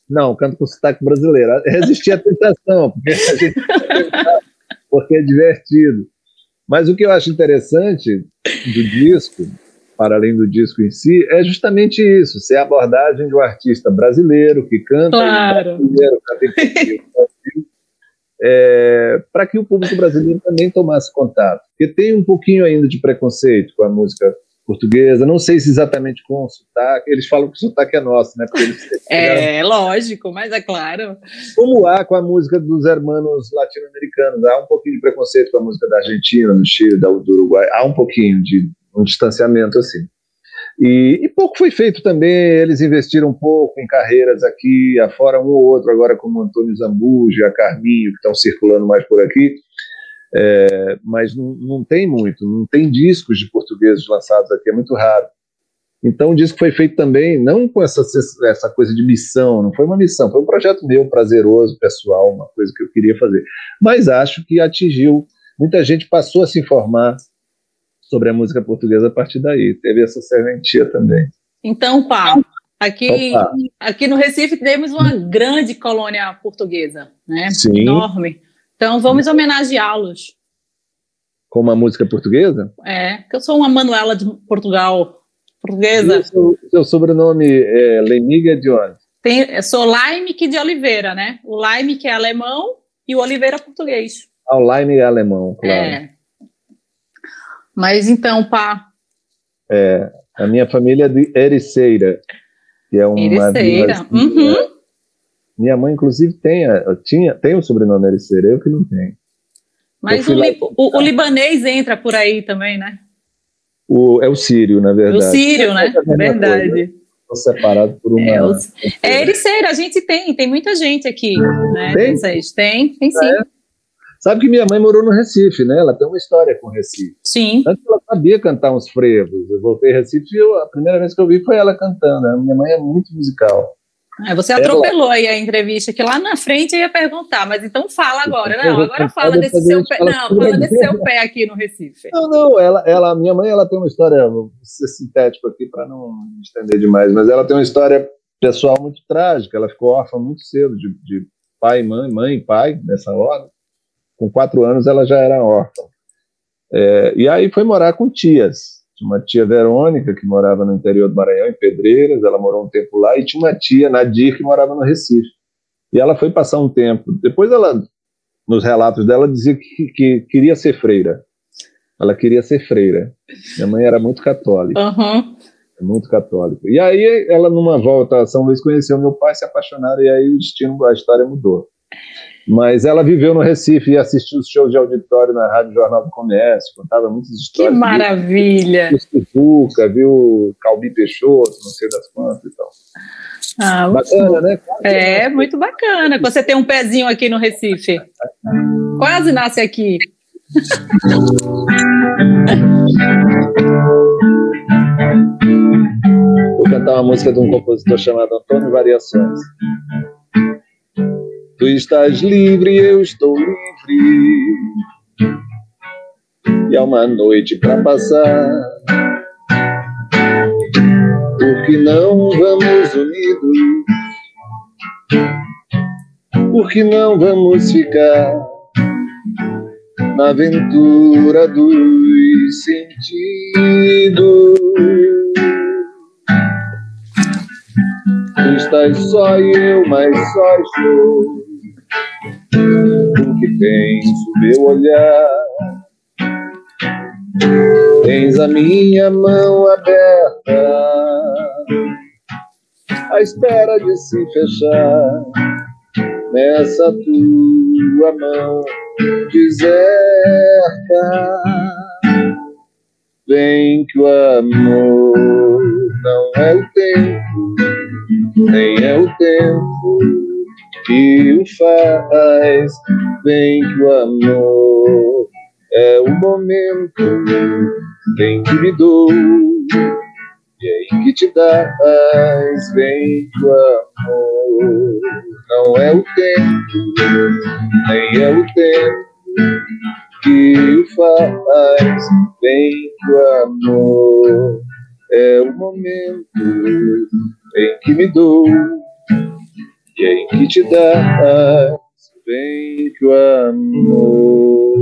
Não, canto com sotaque brasileiro. Resisti à tentação, porque a gente porque é divertido. Mas o que eu acho interessante do disco, para além do disco em si, é justamente isso, ser a abordagem de um artista brasileiro que canta Claro. em brasileiro, canta em português, para que o público brasileiro também tomasse contato. Porque tem um pouquinho ainda de preconceito com a música portuguesa, não sei se exatamente com o sotaque, eles falam que o sotaque é nosso, né? Porque eles lógico, mas é claro. Como há com a música dos hermanos latino-americanos, há um pouquinho de preconceito com a música da Argentina, do Chile, do Uruguai, há um pouquinho de um distanciamento assim. E pouco foi feito também, eles investiram um pouco em carreiras aqui, afora um ou outro, agora como o Antônio Zambujo e a Carminho, que estão circulando mais por aqui, mas não tem muito, não tem discos de portugueses lançados aqui, é muito raro. Então o disco foi feito também, não com essa coisa de missão, não foi uma missão, foi um projeto meu, prazeroso, pessoal, uma coisa que eu queria fazer. Mas acho que atingiu, muita gente passou a se informar sobre a música portuguesa a partir daí, teve essa serventia também. Então, aqui no Recife temos uma grande colônia portuguesa, né? Sim. Enorme. Então vamos homenageá-los. Com uma música portuguesa? Porque eu sou uma Manuela de Portugal, portuguesa. E seu sobrenome é Leniga de onde? Eu sou Laimik de Oliveira, né? O Laimik é alemão e o Oliveira é português. O Laimik é alemão, claro. Mas então, a minha família é de Ericeira, que é uma Ericeira. Minha mãe, inclusive, tem o sobrenome Ericeira, eu que não tenho. Mas o libanês entra por aí também, né? É o sírio, na verdade. O sírio, né? Verdade. Estou separado por uma... Ericeira, a gente tem muita gente aqui, né? Tem sim. Sabe que minha mãe morou no Recife, né? Ela tem uma história com o Recife. Sim. Antes ela sabia cantar uns frevos. Eu voltei a Recife e a primeira vez que eu vi foi ela cantando. A minha mãe é muito musical. Você atropelou aí a entrevista, que lá na frente eu ia perguntar, mas então fala agora. Não, agora fala desse seu pé. Não, fala desse seu pé aqui no Recife. Não, minha mãe ela tem uma história, vou ser sintético aqui para não me estender demais, mas ela tem uma história pessoal muito trágica. Ela ficou órfã muito cedo de pai, mãe e pai, nessa hora. Com 4 anos ela já era órfã. E aí foi morar com tias. Tinha uma tia Verônica, que morava no interior do Maranhão, em Pedreiras, ela morou um tempo lá, e tinha uma tia, Nadir, que morava no Recife. E ela foi passar um tempo. Depois ela, nos relatos dela, dizia que queria ser freira. Ela queria ser freira. Minha mãe era muito católica. Muito católica. E aí ela, numa volta a São Luís, conheceu meu pai, se apaixonaram, e aí a história mudou. Mas ela viveu no Recife e assistiu os shows de auditório na Rádio Jornal do Comércio, contava muitas histórias. Que maravilha! Viu Suzuka, viu Calbi Peixoto, não sei das quantas e tal. Bacana, né? Muito bacana. Você tem um pezinho aqui no Recife. Quase nasce aqui. Vou cantar uma música de um compositor chamado Antônio Variações. Tu estás livre, eu estou livre, e há uma noite para passar. Por que não vamos unidos? Por que não vamos ficar na aventura dos sentidos? Tu estás só e eu, mas só estou. Porque tens o meu olhar, tens a minha mão aberta, à espera de se fechar nessa tua mão deserta. Vem que o amor não é o tempo, nem é o tempo que o faz. Vem que o amor é o momento em que me dou e em que te dás. Vem que o amor não é o tempo, nem é o tempo que o faz. Vem que o amor é o momento em que me dou Quem que te dá, vem que o amor.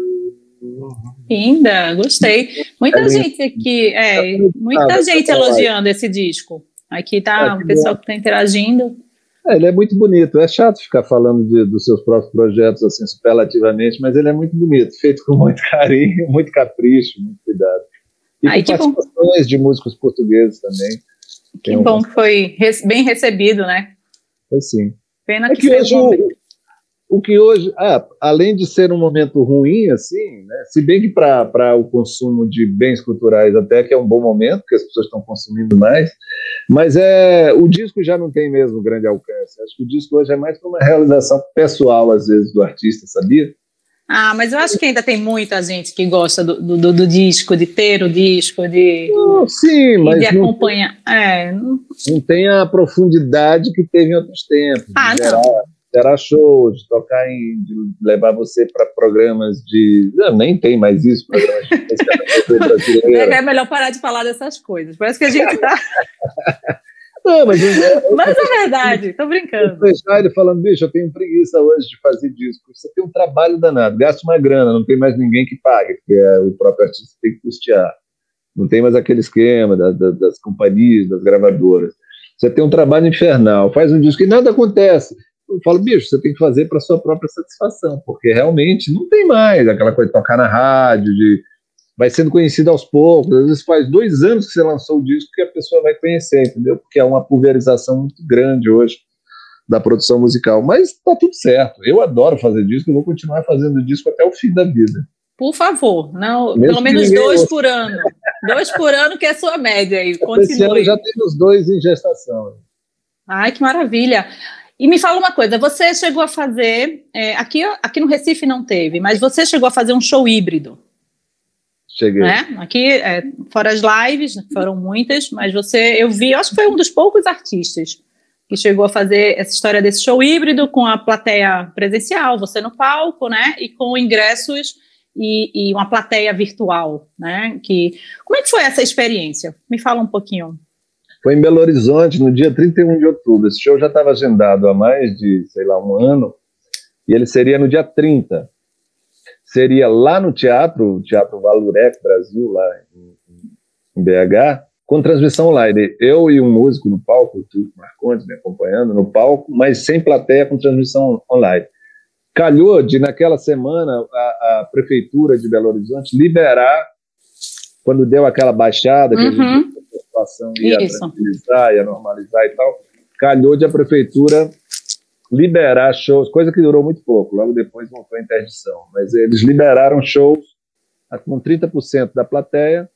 Linda, gostei. Muita gente aqui, muita gente elogiando esse disco. Aqui tá o pessoal que está interagindo. Ele é muito bonito. É chato ficar falando dos seus próprios projetos assim superlativamente, mas ele é muito bonito, feito com muito carinho, muito capricho, muito cuidado. E com participações de músicos portugueses também. Que bom que foi bem recebido, né? Foi sim. Pena que fez o que hoje, além de ser um momento ruim, assim, né, se bem que para o consumo de bens culturais até que é um bom momento, porque as pessoas estão consumindo mais, mas o disco já não tem mesmo grande alcance. Acho que o disco hoje é mais para uma realização pessoal, às vezes, do artista, sabia? Mas eu acho que ainda tem muita gente que gosta do disco, de ter o disco, de acompanhar. Não tem a profundidade que teve em outros tempos. Gerar shows, de levar você para programas de... Não, nem tem mais isso. É melhor parar de falar dessas coisas. Parece que a gente está... Não, mas é verdade, tô brincando. Deixar ele falando, bicho, eu tenho preguiça hoje de fazer disco. Você tem um trabalho danado, gasta uma grana, não tem mais ninguém que pague, porque o próprio artista tem que custear. Não tem mais aquele esquema das companhias, das gravadoras. Você tem um trabalho infernal, faz um disco e nada acontece. Eu falo, bicho, você tem que fazer para sua própria satisfação, porque realmente não tem mais aquela coisa de tocar na rádio, vai sendo conhecido aos poucos. Às vezes faz 2 anos que você lançou o disco que a pessoa vai conhecer, entendeu? Porque é uma pulverização muito grande hoje da produção musical. Mas tá tudo certo. Eu adoro fazer disco, eu vou continuar fazendo disco até o fim da vida. Por favor, não, pelo menos 2 por ano. 2 por ano que é a sua média aí. Continue. Esse ano já tem os 2 em gestação. Ai, que maravilha. E me fala uma coisa, você chegou a fazer, aqui no Recife não teve, mas você chegou a fazer um show híbrido. Cheguei. Né? Aqui, fora as lives, foram muitas, mas eu vi, acho que foi um dos poucos artistas que chegou a fazer essa história desse show híbrido com a plateia presencial, você no palco, né, e com ingressos e uma plateia virtual, né, como é que foi essa experiência? Me fala um pouquinho. Foi em Belo Horizonte, no dia 31 de outubro. Esse show já estava agendado há mais de, um ano, e ele seria no dia 30. Seria lá no Teatro Valurec Brasil, lá em BH, com transmissão online. Eu e um músico no palco, o Túlio Marcondes, me acompanhando no palco, mas sem plateia, com transmissão online. Calhou de, naquela semana, a Prefeitura de Belo Horizonte liberar, quando deu aquela baixada, que a gente a situação ia tranquilizar, ia normalizar e tal, calhou de a Prefeitura liberar shows, coisa que durou muito pouco, logo depois voltou a interdição, mas eles liberaram shows com 30% da plateia,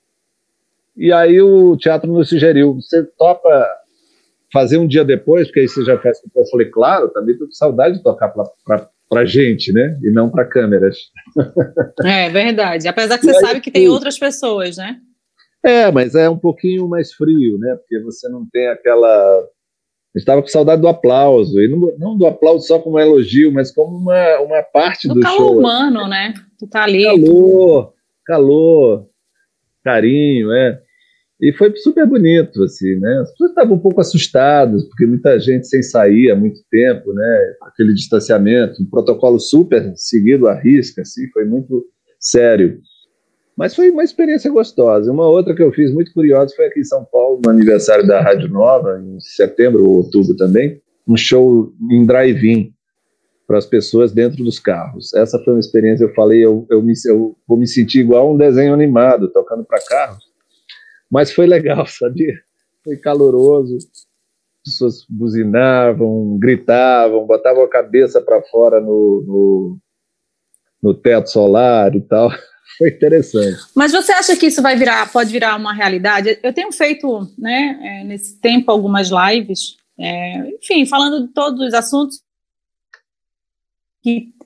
e aí o teatro nos sugeriu, você topa fazer um dia depois, porque aí você já faz, eu falei, claro, também tô com saudade de tocar pra gente, né, e não para câmeras. É verdade, apesar que você sabe que tem outras pessoas, né? Mas é um pouquinho mais frio, né, porque você não tem aquela... Estava com saudade do aplauso, e não do aplauso só como um elogio, mas como uma parte do show. Do calor humano, né? Que tá ali. Calor, carinho, E foi super bonito, assim, né? As pessoas estavam um pouco assustadas, porque muita gente sem sair há muito tempo, né? Aquele distanciamento, um protocolo super seguido à risca, assim, foi muito sério. Mas foi uma experiência gostosa. Uma outra que eu fiz muito curiosa foi aqui em São Paulo, no aniversário da Rádio Nova, em setembro ou outubro também, um show em drive-in para as pessoas dentro dos carros. Essa foi uma experiência, eu falei, eu vou me sentir igual um desenho animado, tocando para carros. Mas foi legal, sabia? Foi caloroso, as pessoas buzinavam, gritavam, botavam a cabeça para fora no teto solar e tal. Foi interessante. Mas você acha que isso pode virar uma realidade? Eu tenho feito, né, nesse tempo, algumas lives, enfim, falando de todos os assuntos que...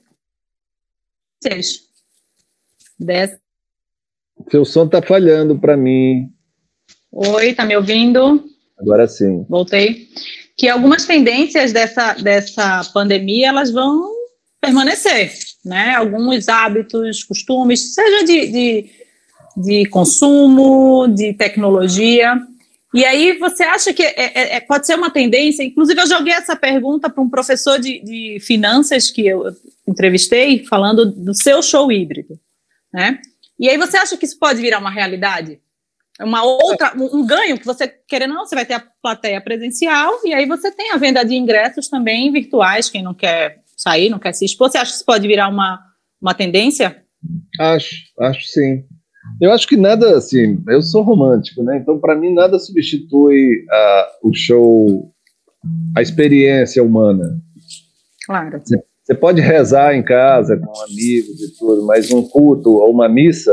Seu som está falhando para mim. Oi, tá me ouvindo? Agora sim. Voltei. Que algumas tendências dessa pandemia, elas vão permanecer, né? Alguns hábitos, costumes, seja de consumo, de tecnologia. E aí você acha que pode ser uma tendência? Inclusive eu joguei essa pergunta para um professor de finanças que eu entrevistei, falando do seu show híbrido, né? E aí você acha que isso pode virar uma realidade? Um ganho que você, querendo ou não, você vai ter a plateia presencial e aí você tem a venda de ingressos também virtuais, quem não quer sair, não quer se expor. Você acha que isso pode virar uma tendência? Acho sim. Eu acho que nada, assim, eu sou romântico, né? Então, para mim, nada substitui o show, a experiência humana. Claro. Você pode rezar em casa com amigos e tudo, mas um culto ou uma missa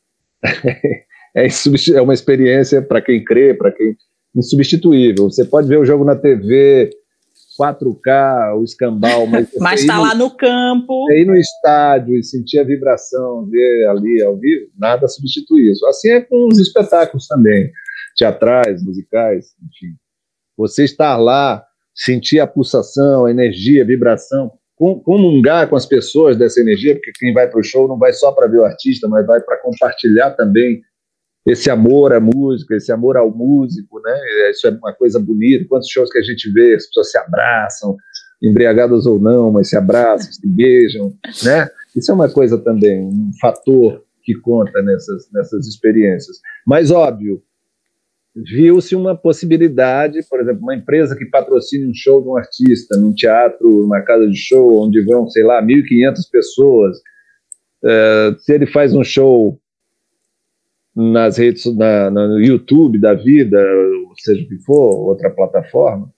é uma experiência para quem crê, para quem insubstituível. Você pode ver o jogo na TV, 4K, o escambau, mas está lá no campo. Ir no estádio e sentir a vibração, ver ali ao vivo, nada substitui isso. Assim é com os espetáculos também, teatrais, musicais, enfim. Você estar lá, sentir a pulsação, a energia, a vibração, comungar com as pessoas dessa energia, porque quem vai para o show não vai só para ver o artista, mas vai para compartilhar também esse amor à música, esse amor ao músico, né? Isso é uma coisa bonita. Quantos shows que a gente vê, as pessoas se abraçam, embriagadas ou não, mas se abraçam, se beijam, né? Isso é uma coisa também, um fator que conta nessas experiências. Mas, óbvio, viu-se uma possibilidade, por exemplo, uma empresa que patrocine um show de um artista, num teatro, numa casa de show, onde vão, sei lá, 1.500 pessoas. Se ele faz um show nas redes, no YouTube da vida, seja o que for, outra plataforma,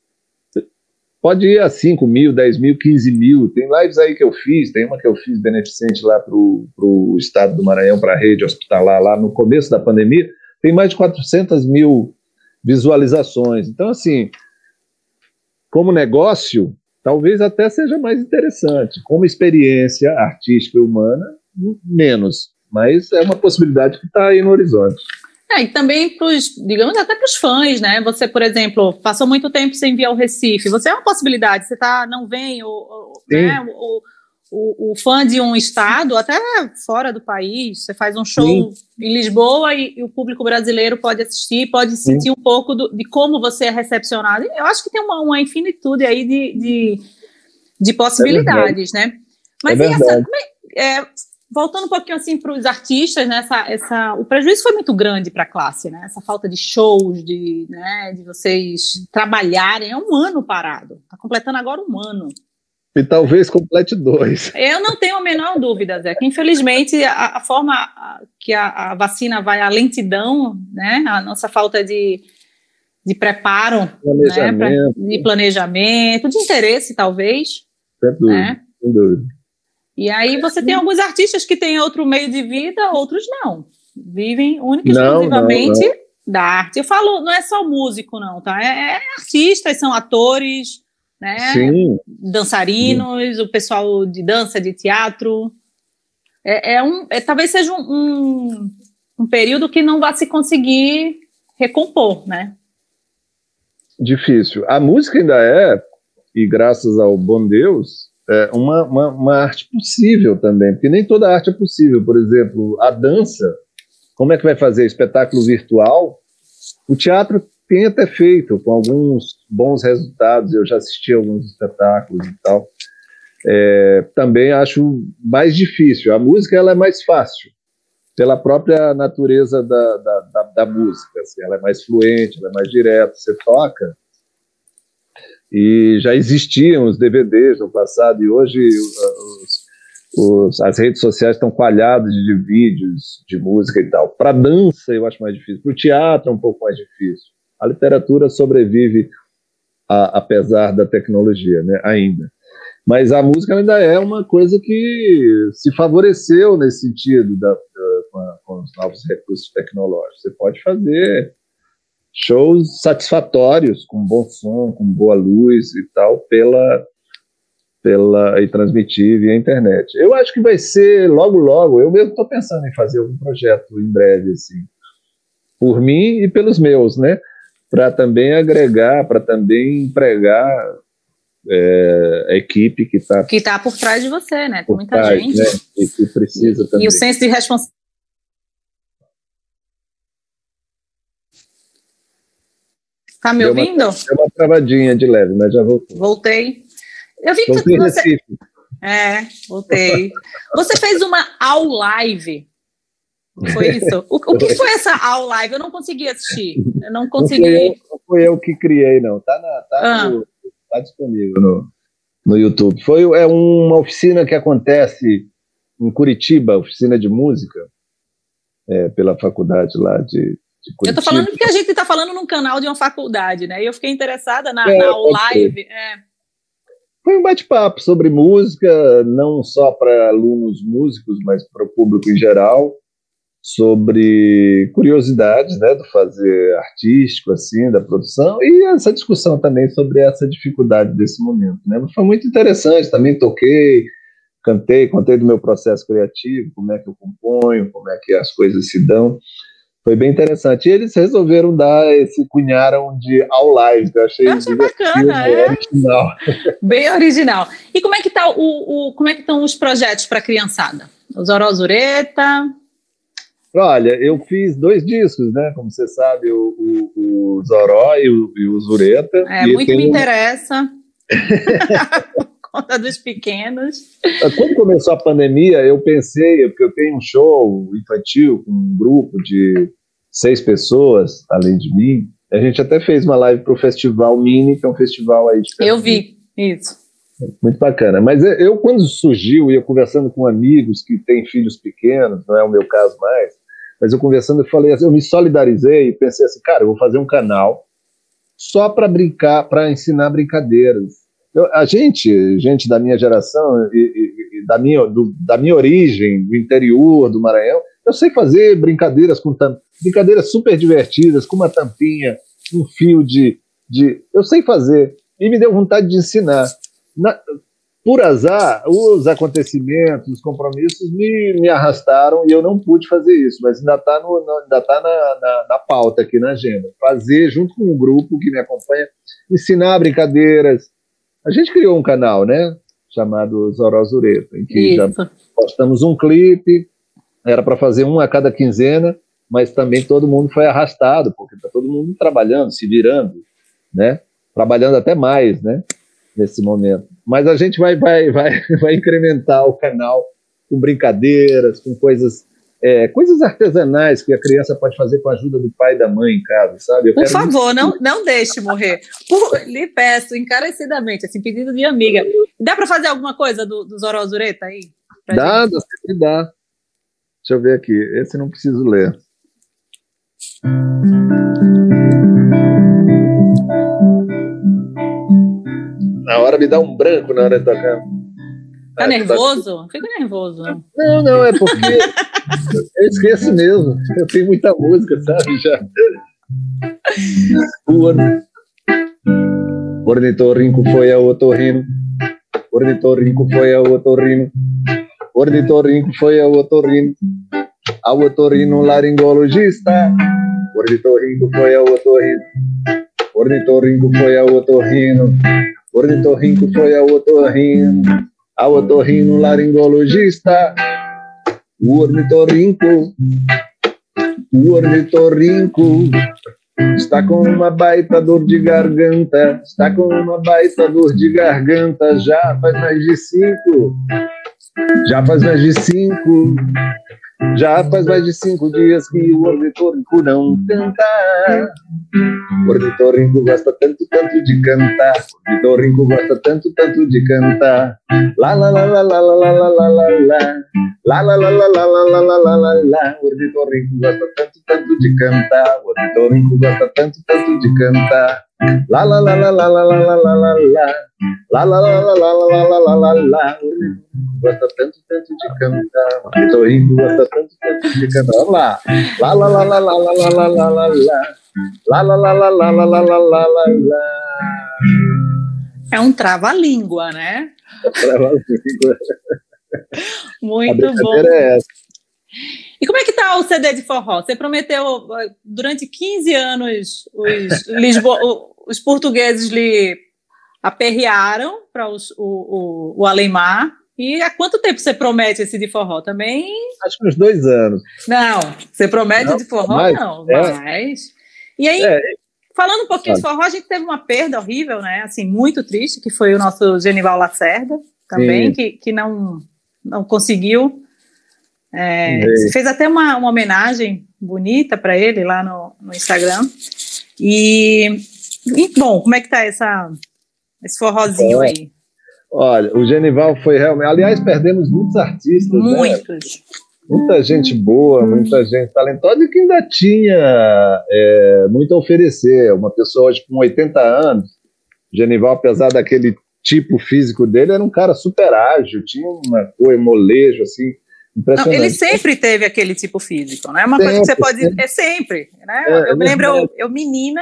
pode ir a 5 mil, 10 mil, 15 mil. Tem lives aí que eu fiz, tem uma que eu fiz beneficente lá para o estado do Maranhão, para a rede hospitalar, lá no começo da pandemia, tem mais de 400 mil visualizações. Então, assim, como negócio, talvez até seja mais interessante. Como experiência artística e humana, menos. Mas é uma possibilidade que está aí no horizonte. E também digamos, até para os fãs, né? Você, por exemplo, passou muito tempo sem vir ao Recife. Você é uma possibilidade, você não vem, né, o fã de um estado, até fora do país, você faz um show em Lisboa e o público brasileiro pode assistir, pode sentir um pouco de como você é recepcionado. Eu acho que tem uma infinitude aí de possibilidades, né? Mas voltando um pouquinho assim para os artistas, né, o prejuízo foi muito grande para a classe, né? Essa falta de shows, de vocês trabalharem, é um ano parado. Está completando agora um ano. E talvez complete 2. Eu não tenho a menor dúvida, Zé, que infelizmente a forma que a vacina vai, a lentidão, né, a nossa falta de preparo, planejamento, né, de planejamento, de interesse, talvez. Sem dúvida, né? sem dúvida. E aí você tem alguns artistas que têm outro meio de vida, outros não. Vivem única e exclusivamente da arte. Eu falo, não é só músico, não, tá? É artistas, são atores, né? Sim. Dançarinos, o pessoal de dança, de teatro. Talvez seja um período que não vai se conseguir recompor, né? Difícil. A música ainda e graças ao bom Deus, uma arte possível também, porque nem toda arte é possível. Por exemplo, a dança, como é que vai fazer? Espetáculo virtual? O teatro tem até feito, com alguns bons resultados. Eu já assisti alguns espetáculos e tal. Também acho mais difícil. A música ela é mais fácil, pela própria natureza da música. Assim, ela é mais fluente, ela é mais direta. Você toca. E já existiam os DVDs no passado, e hoje as redes sociais estão coalhadas de vídeos de música e tal. Para dança eu acho mais difícil, para o teatro é um pouco mais difícil. A literatura sobrevive apesar da tecnologia, né, ainda. Mas a música ainda é uma coisa que se favoreceu nesse sentido com os novos recursos tecnológicos. Você pode fazer shows satisfatórios, com bom som, com boa luz e tal, e transmitir via internet. Eu acho que vai ser logo, eu mesmo estou pensando em fazer um projeto em breve, assim, por mim e pelos meus, né? Para também agregar, para também empregar a equipe que está por trás de você, né? Tem muita gente. Né? E que precisa também. E o senso de responsabilidade. Tá me ouvindo? Deu uma travadinha de leve, mas já voltou. Voltei. Eu vi que você... voltei. Você fez uma All Live. Foi isso? O que foi essa All Live? Eu não consegui assistir. Eu não consegui. Não foi eu que criei, não. Tá disponível no YouTube. É uma oficina que acontece em Curitiba, oficina de música, pela faculdade lá de Curitiba. Eu tô falando porque a gente tá falando num canal de uma faculdade, né? E eu fiquei interessada na All Live. Foi um bate-papo sobre música, não só para alunos músicos, mas para o público em geral, sobre curiosidades, né, do fazer artístico, assim, da produção, e essa discussão também sobre essa dificuldade desse momento, né? Foi muito interessante, também toquei, cantei, contei do meu processo criativo, como é que eu componho, como é que as coisas se dão. Foi bem interessante. E eles resolveram cunharam de All Live, que eu achei bacana, original. Bem original. E como é que tá como é que estão os projetos para a criançada? O Zoró Zureta? Olha, eu fiz 2 discos, né? Como você sabe, o Zoró e o Zureta. Muito me interessa. Conta dos pequenos. Quando começou a pandemia, eu pensei, porque eu tenho um show infantil com um grupo de 6 pessoas, além de mim. A gente até fez uma live para o Festival Mini, que é um festival aí de... Eu vi, isso. Muito bacana. Mas eu, quando surgiu, ia conversando com amigos que têm filhos pequenos, não é o meu caso mais, mas eu conversando, eu me solidarizei e pensei assim, cara, eu vou fazer um canal só para brincar, para ensinar brincadeiras. A gente da minha geração e da minha origem, do interior do Maranhão, eu sei fazer brincadeiras brincadeiras super divertidas, com uma tampinha, um fio eu sei fazer, e me deu vontade de ensinar. Por azar, os acontecimentos, os compromissos me arrastaram e eu não pude fazer isso, mas ainda está na pauta aqui na agenda. Fazer, junto com um grupo que me acompanha, ensinar brincadeiras. A gente criou um canal, né, chamado Zoró Zureta, em que já postamos um clipe, era para fazer um a cada quinzena, mas também todo mundo foi arrastado, porque está todo mundo trabalhando, se virando, né, trabalhando até mais, né, nesse momento. Mas a gente vai incrementar o canal com brincadeiras, com coisas artesanais que a criança pode fazer com a ajuda do pai e da mãe em casa, sabe? Por favor, não deixe morrer. Lhe peço encarecidamente, assim, pedido de amiga. Dá para fazer alguma coisa do Zoró Zureta aí? Sempre dá. Deixa eu ver aqui. Esse não preciso ler. Na hora me dá um branco na hora de tocar. Tá nervoso? Fica nervoso. Não, é porque eu esqueço mesmo. Eu tenho muita música, sabe? Já. O ornitorrinco foi ao otorrino. O ornitorrinco foi ao otorrino. O ornitorrinco foi ao otorrino. Ao otorrino laringologista. O ornitorrinco foi ao otorrino. O ornitorrinco foi ao otorrino. O ornitorrinco foi ao otorrino. Ao otorrino laringologista. O ornitorrinco está com uma baita dor de garganta. Está com uma baita dor de garganta. Já faz mais de 5. Já faz mais de 5 dias que o ornitorrinco não canta. O ornitorrinco gosta tanto de cantar. O ornitorrinco gosta tanto de cantar. Lá lá lá lá lá lá lá lá lá lá lá lá lá lá lá lá lá lá lá lá. O ornitorrinco gosta tanto de cantar. O ornitorrinco gosta tanto de cantar. Lá lá lá lá lá lá lá lá lá lá lá lá lá lá lá lá lá lá lá lá. Gosta tanto de cantar. O ornitorrinco gosta tanto de cantar. Vamos lá. Lá lá lá lá lá lá lá lá lá lá lá lá lá lá lá lá lá lá lá lá. É um trava-língua, né? Trava-língua. Muito bom. É essa. E como é que está o CD de forró? Você prometeu durante 15 anos os portugueses lhe aperrearam para o Alemar. E há quanto tempo você promete esse de forró? Também? Acho que uns 2 anos. Não, você promete de forró? Não, mas... E aí, Falando um pouquinho de forró, a gente teve uma perda horrível, né? Assim, muito triste, que foi o nosso Genival Lacerda, também, que não conseguiu. Você fez até uma homenagem bonita para ele lá no Instagram. E, bom, como é que tá esse forrozinho aí? Olha, o Genival foi realmente... Aliás, perdemos muitos artistas, muitos. Né? Muita gente boa, muita gente talentosa e que ainda tinha muito a oferecer. Uma pessoa hoje com 80 anos, Genival, apesar daquele tipo físico dele, era um cara super ágil, tinha uma coisa, molejo, assim, impressionante. Não, ele sempre teve aquele tipo físico, né? Uma coisa que você pode dizer, sempre, né? Eu me lembro, eu menina,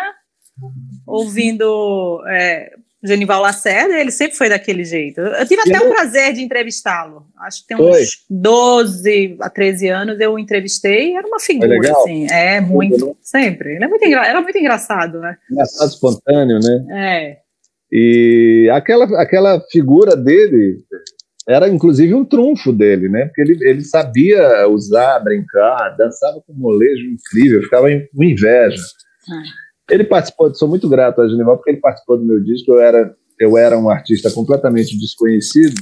ouvindo Genival Lacerda, ele sempre foi daquele jeito. Eu tive até o prazer de entrevistá-lo. Acho que tem uns 12 a 13 anos eu o entrevistei, era uma figura, assim. Muito, sempre. Ele era muito engraçado, né? Engraçado, espontâneo, né? É. E aquela figura dele era, inclusive, um trunfo dele, né? Porque ele sabia usar, brincar, dançava com um molejo incrível, ficava com inveja. Ele participou, sou muito grato a Genival, porque ele participou do meu disco. Eu era um artista completamente desconhecido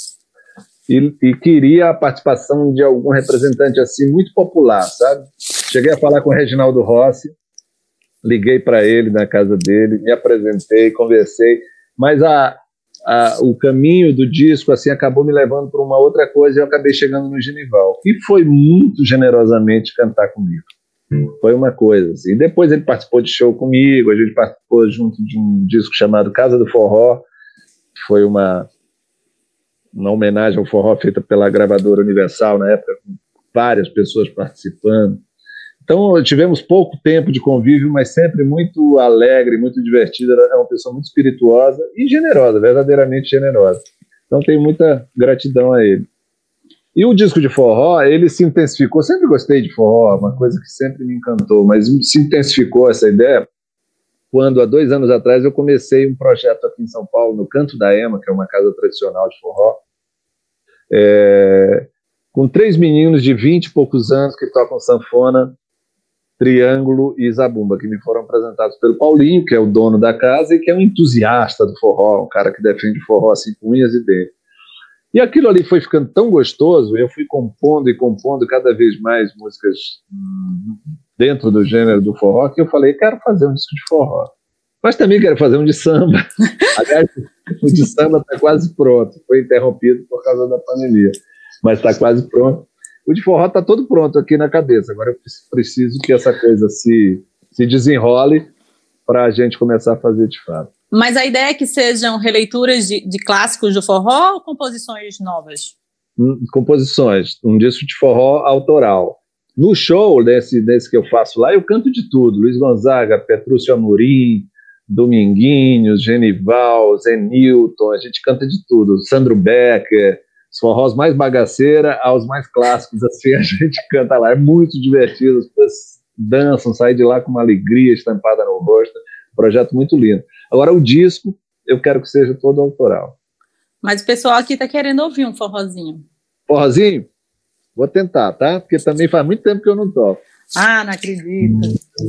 e queria a participação de algum representante assim muito popular, sabe? Cheguei a falar com o Reginaldo Rossi, liguei para ele na casa dele, me apresentei, conversei, mas o caminho do disco assim acabou me levando para uma outra coisa e eu acabei chegando no Genival. E foi muito generosamente cantar comigo. Foi uma coisa assim. Depois ele participou de show comigo, a gente participou junto de um disco chamado Casa do Forró, foi uma homenagem ao forró feita pela gravadora Universal na época, com várias pessoas participando. Então tivemos pouco tempo de convívio, mas sempre muito alegre, muito divertido. Era uma pessoa muito espirituosa e generosa, verdadeiramente generosa. Então tenho muita gratidão a ele. E o disco de forró, ele se intensificou, sempre gostei de forró, uma coisa que sempre me encantou, mas se intensificou essa ideia quando, há 2 anos atrás, eu comecei um projeto aqui em São Paulo, no Canto da Ema, que é uma casa tradicional de forró, com 3 meninos de 20 e poucos anos que tocam sanfona, triângulo e zabumba, que me foram apresentados pelo Paulinho, que é o dono da casa e que é um entusiasta do forró, um cara que defende o forró assim com unhas e dentes. E aquilo ali foi ficando tão gostoso, eu fui compondo e compondo cada vez mais músicas dentro do gênero do forró, que eu falei, quero fazer um disco de forró. Mas também quero fazer um de samba. Aliás, o de samba está quase pronto, foi interrompido por causa da pandemia, mas está quase pronto. O de forró está todo pronto aqui na cabeça, agora eu preciso que essa coisa se desenrole para a gente começar a fazer de fato. Mas a ideia é que sejam releituras de clássicos do forró ou composições novas? Composições, um disco de forró autoral. No show desse que eu faço lá, eu canto de tudo. Luiz Gonzaga, Petrúcio Amorim, Dominguinhos, Genival, Zé Newton, a gente canta de tudo. Sandro Becker, os forrós mais bagaceira aos mais clássicos, assim, a gente canta lá. É muito divertido, as pessoas dançam, saem de lá com uma alegria estampada no rosto. Projeto muito lindo. Agora, o disco, eu quero que seja todo autoral. Mas o pessoal aqui está querendo ouvir um forrozinho. Forrozinho? Vou tentar, tá? Porque também faz muito tempo que eu não toco. Ah, não acredito.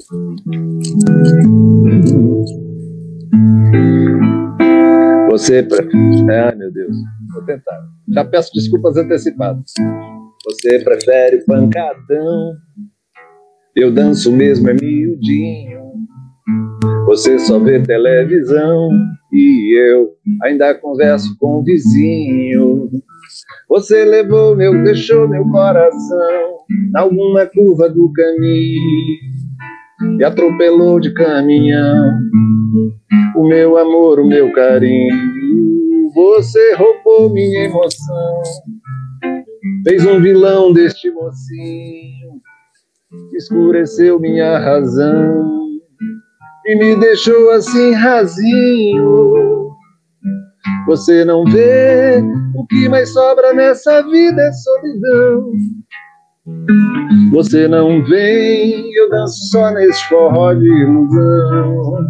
Você prefere... Ai, meu Deus. Vou tentar. Já peço desculpas antecipadas. Você prefere o pancadão? Eu danço mesmo, é miudinho. Você só vê televisão e eu ainda converso com o vizinho. Você deixou meu coração em alguma curva do caminho e atropelou de caminhão o meu amor, o meu carinho. Você roubou minha emoção, fez um vilão deste mocinho, escureceu minha razão e me deixou assim rasinho. Você não vê, o que mais sobra nessa vida é solidão. Você não vem, eu danço só nesse forró de ilusão.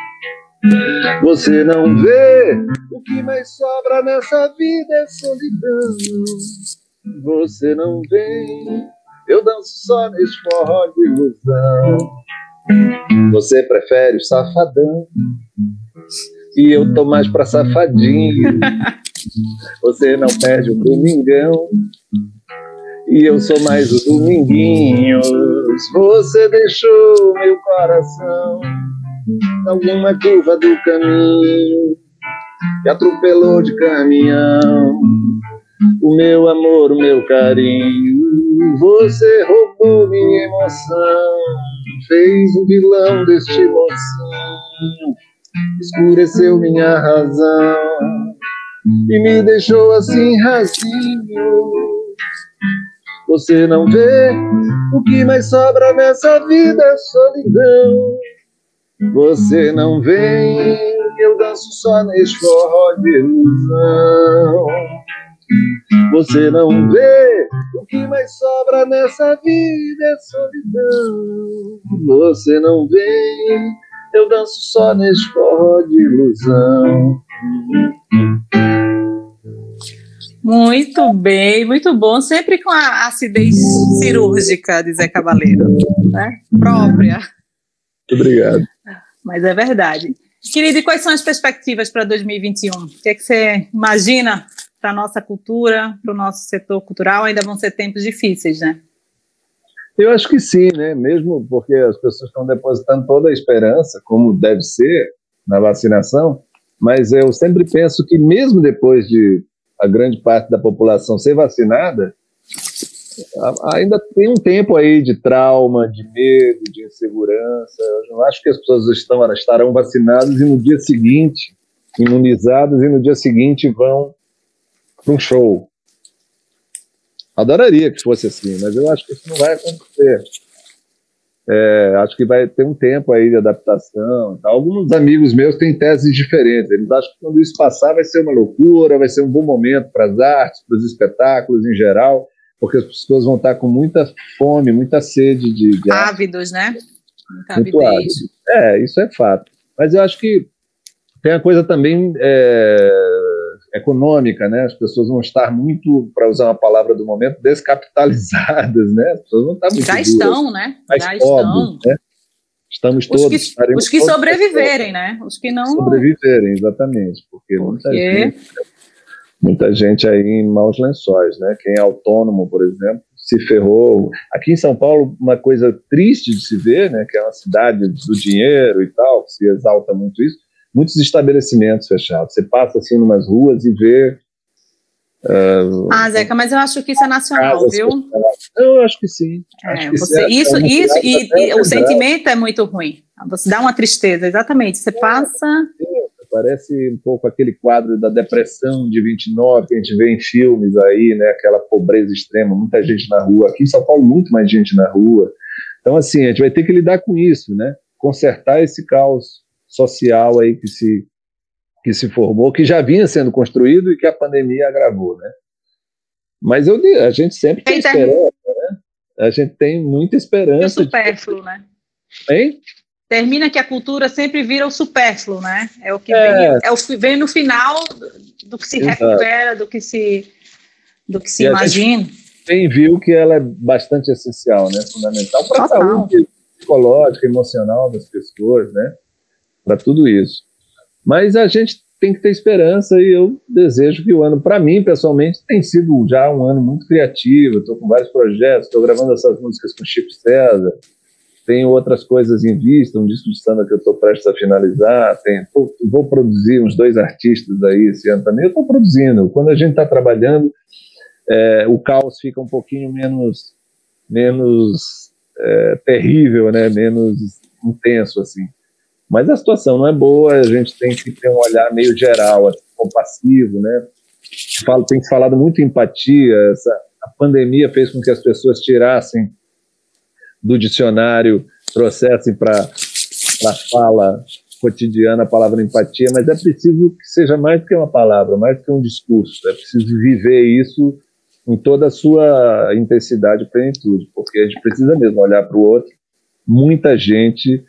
Você não vê, o que mais sobra nessa vida é solidão. Você não vem, eu danço só nesse forró de ilusão. Você prefere o safadão e eu tô mais pra safadinho. Você não perde o domingão e eu sou mais o Dominguinhos. Você deixou meu coração em alguma curva do caminho e atropelou de caminhão o meu amor, o meu carinho. Você roubou minha emoção, fez um vilão deste mocinho, escureceu minha razão e me deixou assim rasinho. Você não vê o que mais sobra nessa vida é solidão. Você não vem, eu danço só neste forró de ilusão. Você não vê o que mais sobra nessa vida é solidão. Você não vem, eu danço só neste forró de ilusão. Muito bem, muito bom, sempre com a acidez cirúrgica de Zé Cabaleiro, né? Própria. Muito obrigado. Mas é verdade. Querido, e quais são as perspectivas para 2021? O que é que você imagina para a nossa cultura, para o nosso setor cultural? Ainda vão ser tempos difíceis, né? Eu acho que sim, né? Mesmo porque as pessoas estão depositando toda a esperança, como deve ser, na vacinação, mas eu sempre penso que mesmo depois de a grande parte da população ser vacinada, ainda tem um tempo aí de trauma, de medo, de insegurança. Eu não acho que as pessoas estarão vacinadas e no dia seguinte, imunizadas, e no dia seguinte vão para um show. Adoraria que fosse assim, mas eu acho que isso não vai acontecer. Acho que vai ter um tempo aí de adaptação. Alguns amigos meus têm teses diferentes. Eles acham que quando isso passar vai ser uma loucura, vai ser um bom momento para as artes, para os espetáculos em geral, porque as pessoas vão estar com muita fome, muita sede de ávidos, né? Muita muito avidez. Isso é fato. Mas eu acho que tem a coisa também econômica, né? As pessoas vão estar muito, para usar uma palavra do momento, descapitalizadas, né? As pessoas vão estar muito já duras, estão, né? Já pobres, né? Estamos todos... Os que sobreviverem, né? Os que não... Sobreviverem, exatamente. Porque muita gente aí em maus lençóis, né? Quem é autônomo, por exemplo, se ferrou. Aqui em São Paulo, uma coisa triste de se ver, né? Que é uma cidade do dinheiro e tal, que se exalta muito isso, muitos estabelecimentos fechados. Você passa assim numas ruas e vê... Zeca, mas eu acho que isso é nacional, viu? Eu acho que sim. O sentimento é muito ruim. Você dá uma tristeza, exatamente. Você passa... Parece um pouco aquele quadro da depressão de 29 que a gente vê em filmes aí, né? Aquela pobreza extrema, muita gente na rua. Aqui em São Paulo, muito mais gente na rua. Então, assim, a gente vai ter que lidar com isso, né? Consertar esse caos social aí que se formou, que já vinha sendo construído e que a pandemia agravou, né? Mas a gente sempre tem esperança, né? A gente tem muita esperança. É supérfluo, né? Hein? Termina que a cultura sempre vira o supérfluo, né? É o que vem no final do que se recupera, do que se imagina. Quem viu que ela é bastante essencial, né? Fundamental para a saúde psicológica, emocional das pessoas, né? Para tudo isso. Mas a gente tem que ter esperança e eu desejo que o ano, para mim, pessoalmente, tem sido já um ano muito criativo. Estou com vários projetos, estou gravando essas músicas com o Chico César, tenho outras coisas em vista, um disco de samba que eu estou prestes a finalizar, vou produzir uns 2 artistas aí esse ano também. Eu estou produzindo. Quando a gente está trabalhando, o caos fica um pouquinho menos terrível, né? Menos intenso, assim. Mas a situação não é boa, a gente tem que ter um olhar meio geral, assim, compassivo, né? Tem se falado muito em empatia, a pandemia fez com que as pessoas tirassem do dicionário, trouxessem para a fala cotidiana a palavra empatia, mas é preciso que seja mais do que uma palavra, mais do que um discurso, é preciso viver isso em toda a sua intensidade e plenitude, porque a gente precisa mesmo olhar para o outro. Muita gente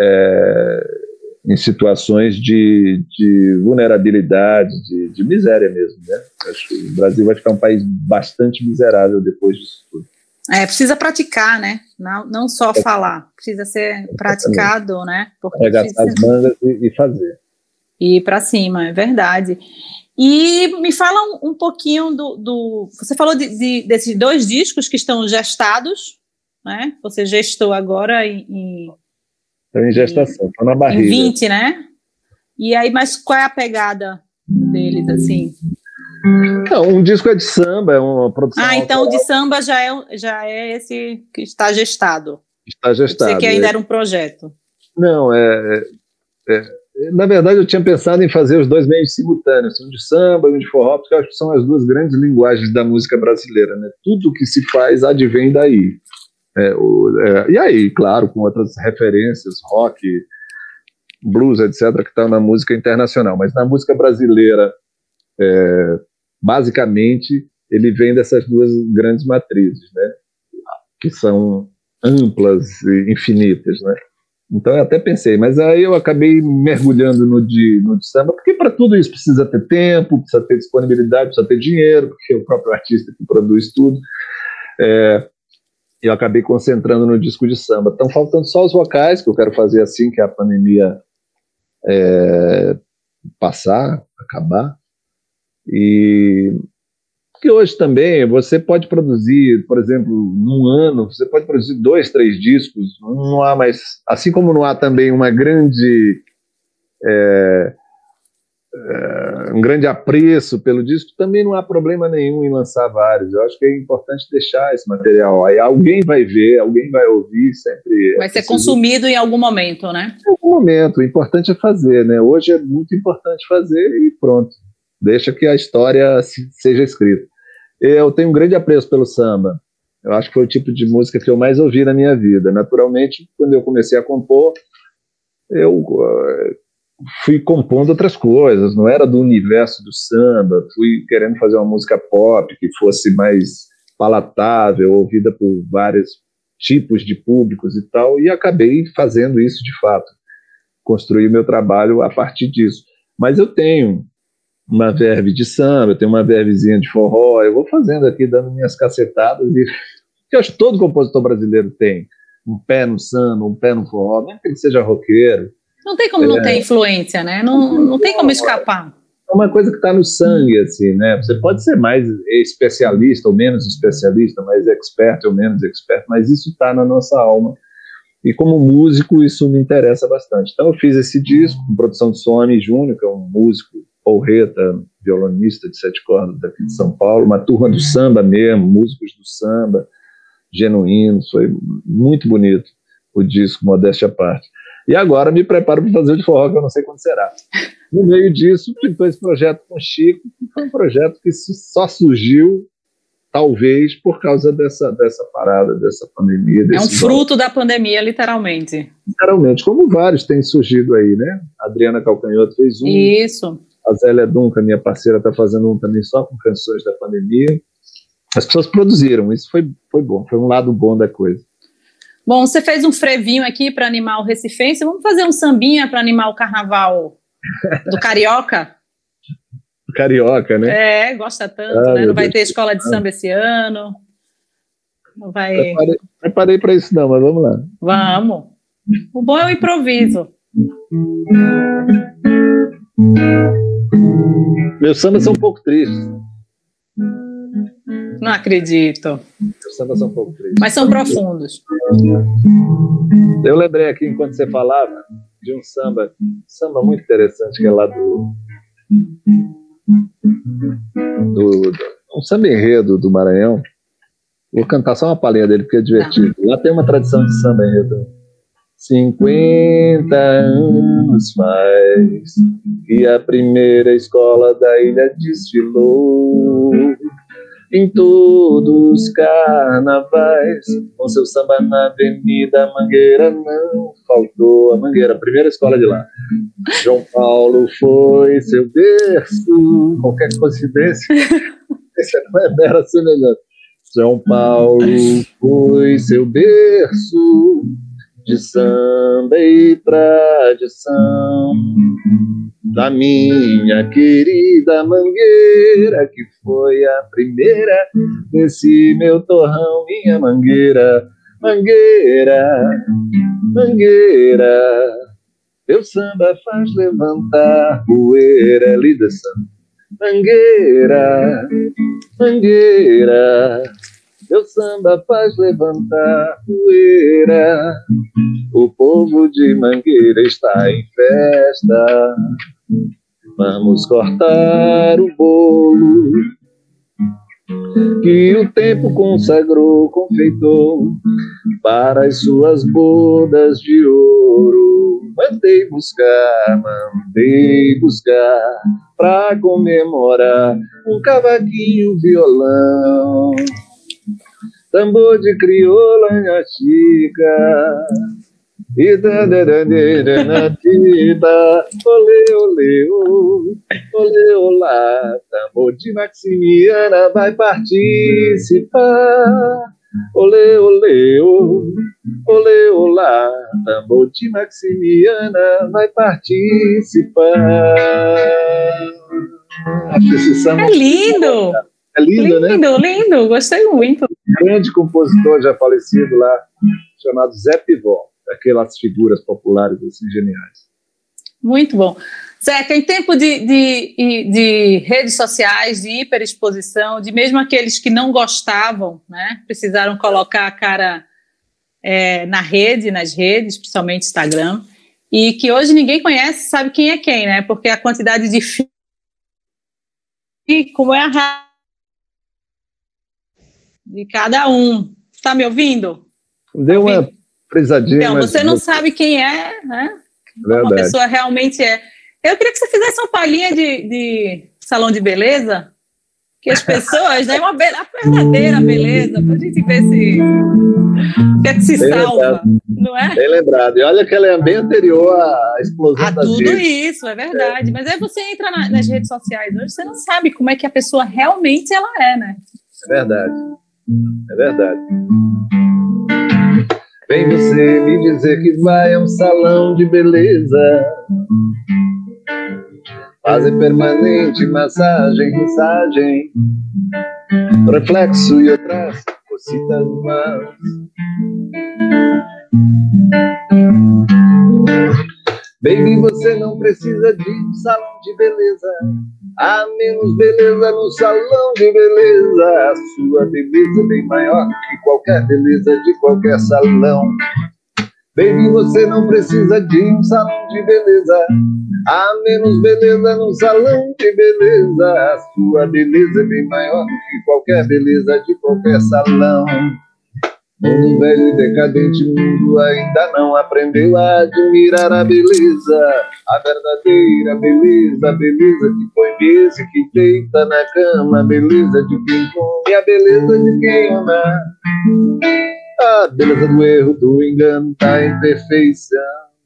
em situações de vulnerabilidade, de miséria mesmo, né? Acho que o Brasil vai ficar um país bastante miserável depois disso tudo. Precisa praticar, né? Não só falar, precisa ser praticado, né? Pegar as mangas e fazer. E ir para cima, é verdade. E me fala um pouquinho você falou desses 2 discos que estão gestados, né? Você gestou agora Estão em gestação, estão na barriga. Em 20, né? E aí, mas qual é a pegada deles, assim? Não, um disco é de samba, é uma produção. Então o de samba já é esse que está gestado. Está gestado. Você que ainda era um projeto. Não, na verdade eu tinha pensado em fazer os 2 meios simultâneos, um de samba e um de forró, porque eu acho que são as 2 grandes linguagens da música brasileira, né? Tudo que se faz advém daí. E aí, claro, com outras referências, rock, blues, etc., que estão na música internacional, mas na música brasileira, basicamente, ele vem dessas 2 grandes matrizes, né? Que são amplas e infinitas, né? Então eu até pensei, mas aí eu acabei mergulhando no de samba, porque para tudo isso precisa ter tempo, precisa ter disponibilidade, precisa ter dinheiro, porque é o próprio artista que produz tudo. Eu acabei concentrando no disco de samba. Estão faltando só os vocais, que eu quero fazer assim que a pandemia acabar. Porque hoje também você pode produzir, por exemplo, num ano, você pode produzir 2, 3 discos, não há mais, assim como não há também um grande apreço pelo disco, também não há problema nenhum em lançar vários. Eu acho que é importante deixar esse material. Aí alguém vai ver, alguém vai ouvir, sempre. Vai ser consumido em algum momento, né? Em algum momento, o importante é fazer, né? Hoje é muito importante fazer e pronto. Deixa que a história seja escrita. Eu tenho um grande apreço pelo samba. Eu acho que foi o tipo de música que eu mais ouvi na minha vida. Naturalmente, quando eu comecei a compor, eu fui compondo outras coisas. Não era do universo do samba. Fui querendo fazer uma música pop que fosse mais palatável, ouvida por vários tipos de públicos e tal. E acabei fazendo isso de fato. Construí o meu trabalho a partir disso. Mas eu tenho uma verve de samba, eu tenho uma vervezinha de forró, eu vou fazendo aqui, dando minhas cacetadas, e eu acho que todo compositor brasileiro tem um pé no samba, um pé no forró, mesmo que ele seja roqueiro. Não tem como não ter influência, né? Não tem como escapar. É uma coisa que está no sangue, assim, né? Você pode ser mais especialista ou menos especialista, mais expert ou menos expert, mas isso está na nossa alma. E como músico, isso me interessa bastante. Então eu fiz esse disco com produção de Soame Júnior, que é um músico porreta, violonista de 7 cordas daqui de São Paulo, uma turma do samba mesmo, músicos do samba, genuínos, foi muito bonito o disco, modéstia à parte. E agora me preparo para fazer o de forró, que eu não sei quando será. No meio disso, pintou esse projeto com o Chico, que foi um projeto que só surgiu, talvez, por causa dessa parada, dessa pandemia. É um fruto da pandemia, literalmente. Literalmente, como vários têm surgido aí, né? A Adriana Calcanhoto fez um. Isso. A Zélia Duncan, minha parceira, está fazendo um também só com canções da pandemia. As pessoas produziram, isso foi bom, foi um lado bom da coisa. Bom, você fez um frevinho aqui para animar o recifense, vamos fazer um sambinha para animar o carnaval do Carioca? Carioca, né? Gosta tanto, né? Não vai ter escola de samba esse ano. Não vai... Preparei para isso não, mas vamos lá. Vamos. O bom é o improviso. Meus sambas são um pouco tristes. Não acredito. Meus sambas são um pouco tristes. Mas são profundos. Eu lembrei aqui, enquanto você falava, de um samba muito interessante, que é lá um samba enredo do Maranhão. Vou cantar só uma palhinha dele, porque é divertido. Lá tem uma tradição de samba enredo. 50 anos faz que a primeira escola da ilha desfilou em todos os carnavais, com seu samba na Avenida, a Mangueira não faltou. A Mangueira, a primeira escola de lá. João Paulo foi seu berço. Qualquer coincidência, essa não é mera semelhança. João Paulo foi seu berço de samba e tradição. da minha querida mangueira, que foi a primeira desse meu torrão, minha mangueira, mangueira, mangueira. Teu samba faz levantar poeira, é líder samba. Mangueira, mangueira, teu samba faz levantar poeira. O povo de Mangueira está em festa. Vamos cortar o bolo que o tempo consagrou, confeitou para as suas bodas de ouro. Mandei buscar pra comemorar um cavaquinho, violão, tambor de crioula em achica, e na tita, olê, olê, olê, olá, tambor de Maximiana vai participar, olê, olê, olê, olá, tambor de Maximiana vai participar. Acho que esse samba é lindo! É lindo, né? Lindo, lindo, gostei muito. Um grande compositor já falecido lá, chamado Zé Pivó, aquelas figuras populares assim geniais. Muito bom. Zeca, em tempo de redes sociais, de hiperexposição, de mesmo aqueles que não gostavam, né, precisaram colocar a cara nas redes, principalmente Instagram, e que hoje ninguém conhece, sabe quem é quem, né? Porque a quantidade de como é a de cada um. Está me ouvindo? Deu uma frisadinha. Então, você não sabe quem é, né? Verdade. Como a pessoa realmente é. Eu queria que você fizesse uma palhinha de salão de beleza, que as pessoas, né, a verdadeira beleza, para a gente ver se se salva, lembrado. Não é? Bem lembrado. E olha que ela é bem anterior à explosão das tudo redes. Isso, é verdade. Mas aí você entra nas redes sociais hoje, você não sabe como é que a pessoa realmente ela é, né? É verdade. É verdade. Vem você me dizer que vai a um salão de beleza, fazer permanente massagem, rissagem, reflexo e outras cositas más. Baby, você não precisa de um salão de beleza. Há menos beleza no salão de beleza. A sua beleza é bem maior que qualquer beleza de qualquer salão. Baby, você não precisa de um salão de beleza. Há menos beleza no salão de beleza. A sua beleza é bem maior que qualquer beleza de qualquer salão. Mundo velho e decadente, mundo ainda não aprendeu a admirar a beleza, a verdadeira beleza, a beleza que põe mesa e que deita na cama, a beleza de quem come, a beleza de quem ama, a beleza do erro, do engano, da imperfeição.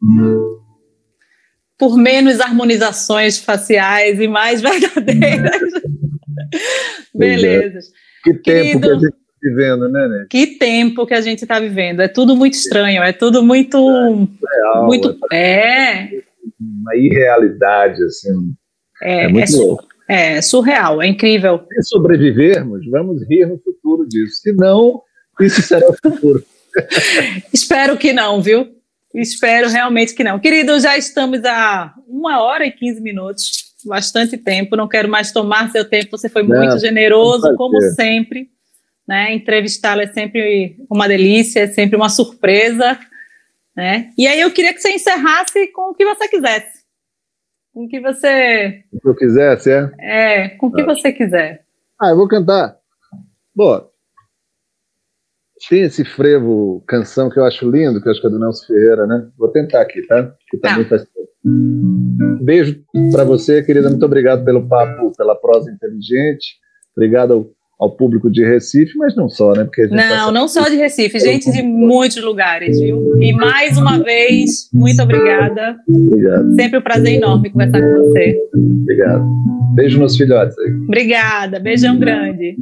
Por menos harmonizações faciais e mais verdadeiras belezas. Que tempo que a gente vivendo, né? Que tempo que a gente está vivendo. É tudo muito estranho, é tudo muito real, muito uma irrealidade assim. É muito louco. É surreal, é incrível. Se sobrevivermos, vamos rir no futuro disso. Se não, isso será o futuro. Espero que não, viu? Espero realmente que não. Querido, já estamos a 1h15, bastante tempo. Não quero mais tomar seu tempo. Você foi muito generoso, como sempre. Né? Entrevistá-la é sempre uma delícia, é sempre uma surpresa, né? E aí eu queria que você encerrasse com o que você quisesse, com o que você... O que eu quisesse, com o que você quiser. Eu vou cantar. Bom, tem esse frevo, canção que eu acho lindo, que eu acho que é do Nelson Ferreira, né? Vou tentar aqui, tá? Que também faz tempo. Beijo para você, querida, muito obrigado pelo papo, pela prosa inteligente, obrigado ao público de Recife, mas não só, né? Porque a gente não só de Recife, gente de muitos lugares, viu? E mais uma vez, muito obrigada. Obrigado. Sempre um prazer enorme conversar com você. Obrigado. Beijo nos filhotes aí. Obrigada, beijão grande.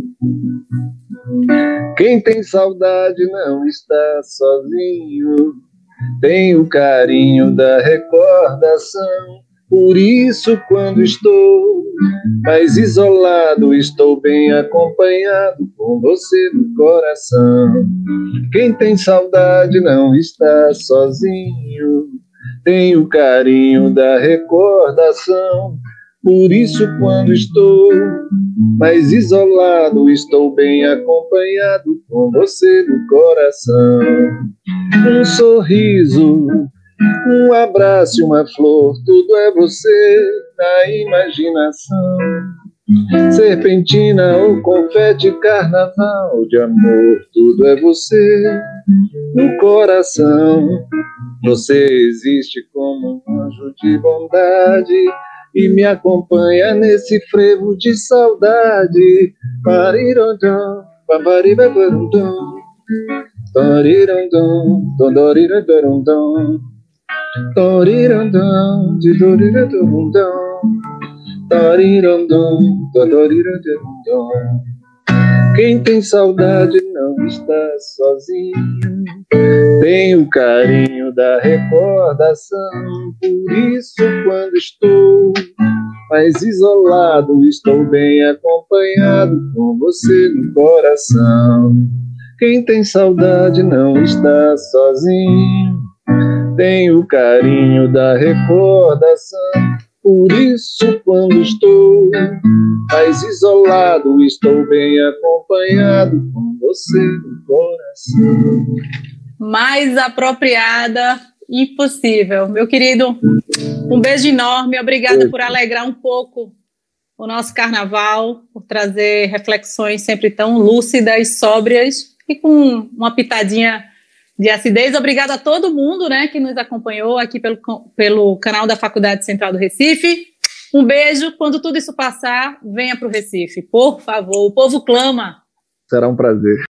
Quem tem saudade não está sozinho, tem o carinho da recordação Por isso, quando estou mais isolado, estou bem acompanhado com você no coração. Quem tem saudade não está sozinho, tem o carinho da recordação. Por isso, quando estou mais isolado, estou bem acompanhado com você no coração. Um sorriso, um abraço e uma flor, tudo é você na imaginação. Serpentina ou confete, carnaval de amor, tudo é você no coração. Você existe como um anjo de bondade e me acompanha nesse frevo de saudade. Parirondom, pamparibabarondom, parirondom, dondoriradorondom, torirondom, didoriradorondom, tarirondom, dondoriradorondom. Quem tem saudade não está sozinho, tem o carinho da recordação. Por isso, quando estou mais isolado, estou bem acompanhado com você no coração. Quem tem saudade não está sozinho, tem o carinho da recordação. Por isso, quando estou mais isolado, estou bem acompanhado com você no coração. Mais apropriada, impossível. Meu querido, um beijo enorme, obrigada por alegrar um pouco o nosso carnaval, por trazer reflexões sempre tão lúcidas, sóbrias e com uma pitadinha de acidez. Obrigada a todo mundo, né, que nos acompanhou aqui pelo canal da Faculdade Central do Recife. Um beijo. Quando tudo isso passar, venha para o Recife, por favor. O povo clama. Será um prazer.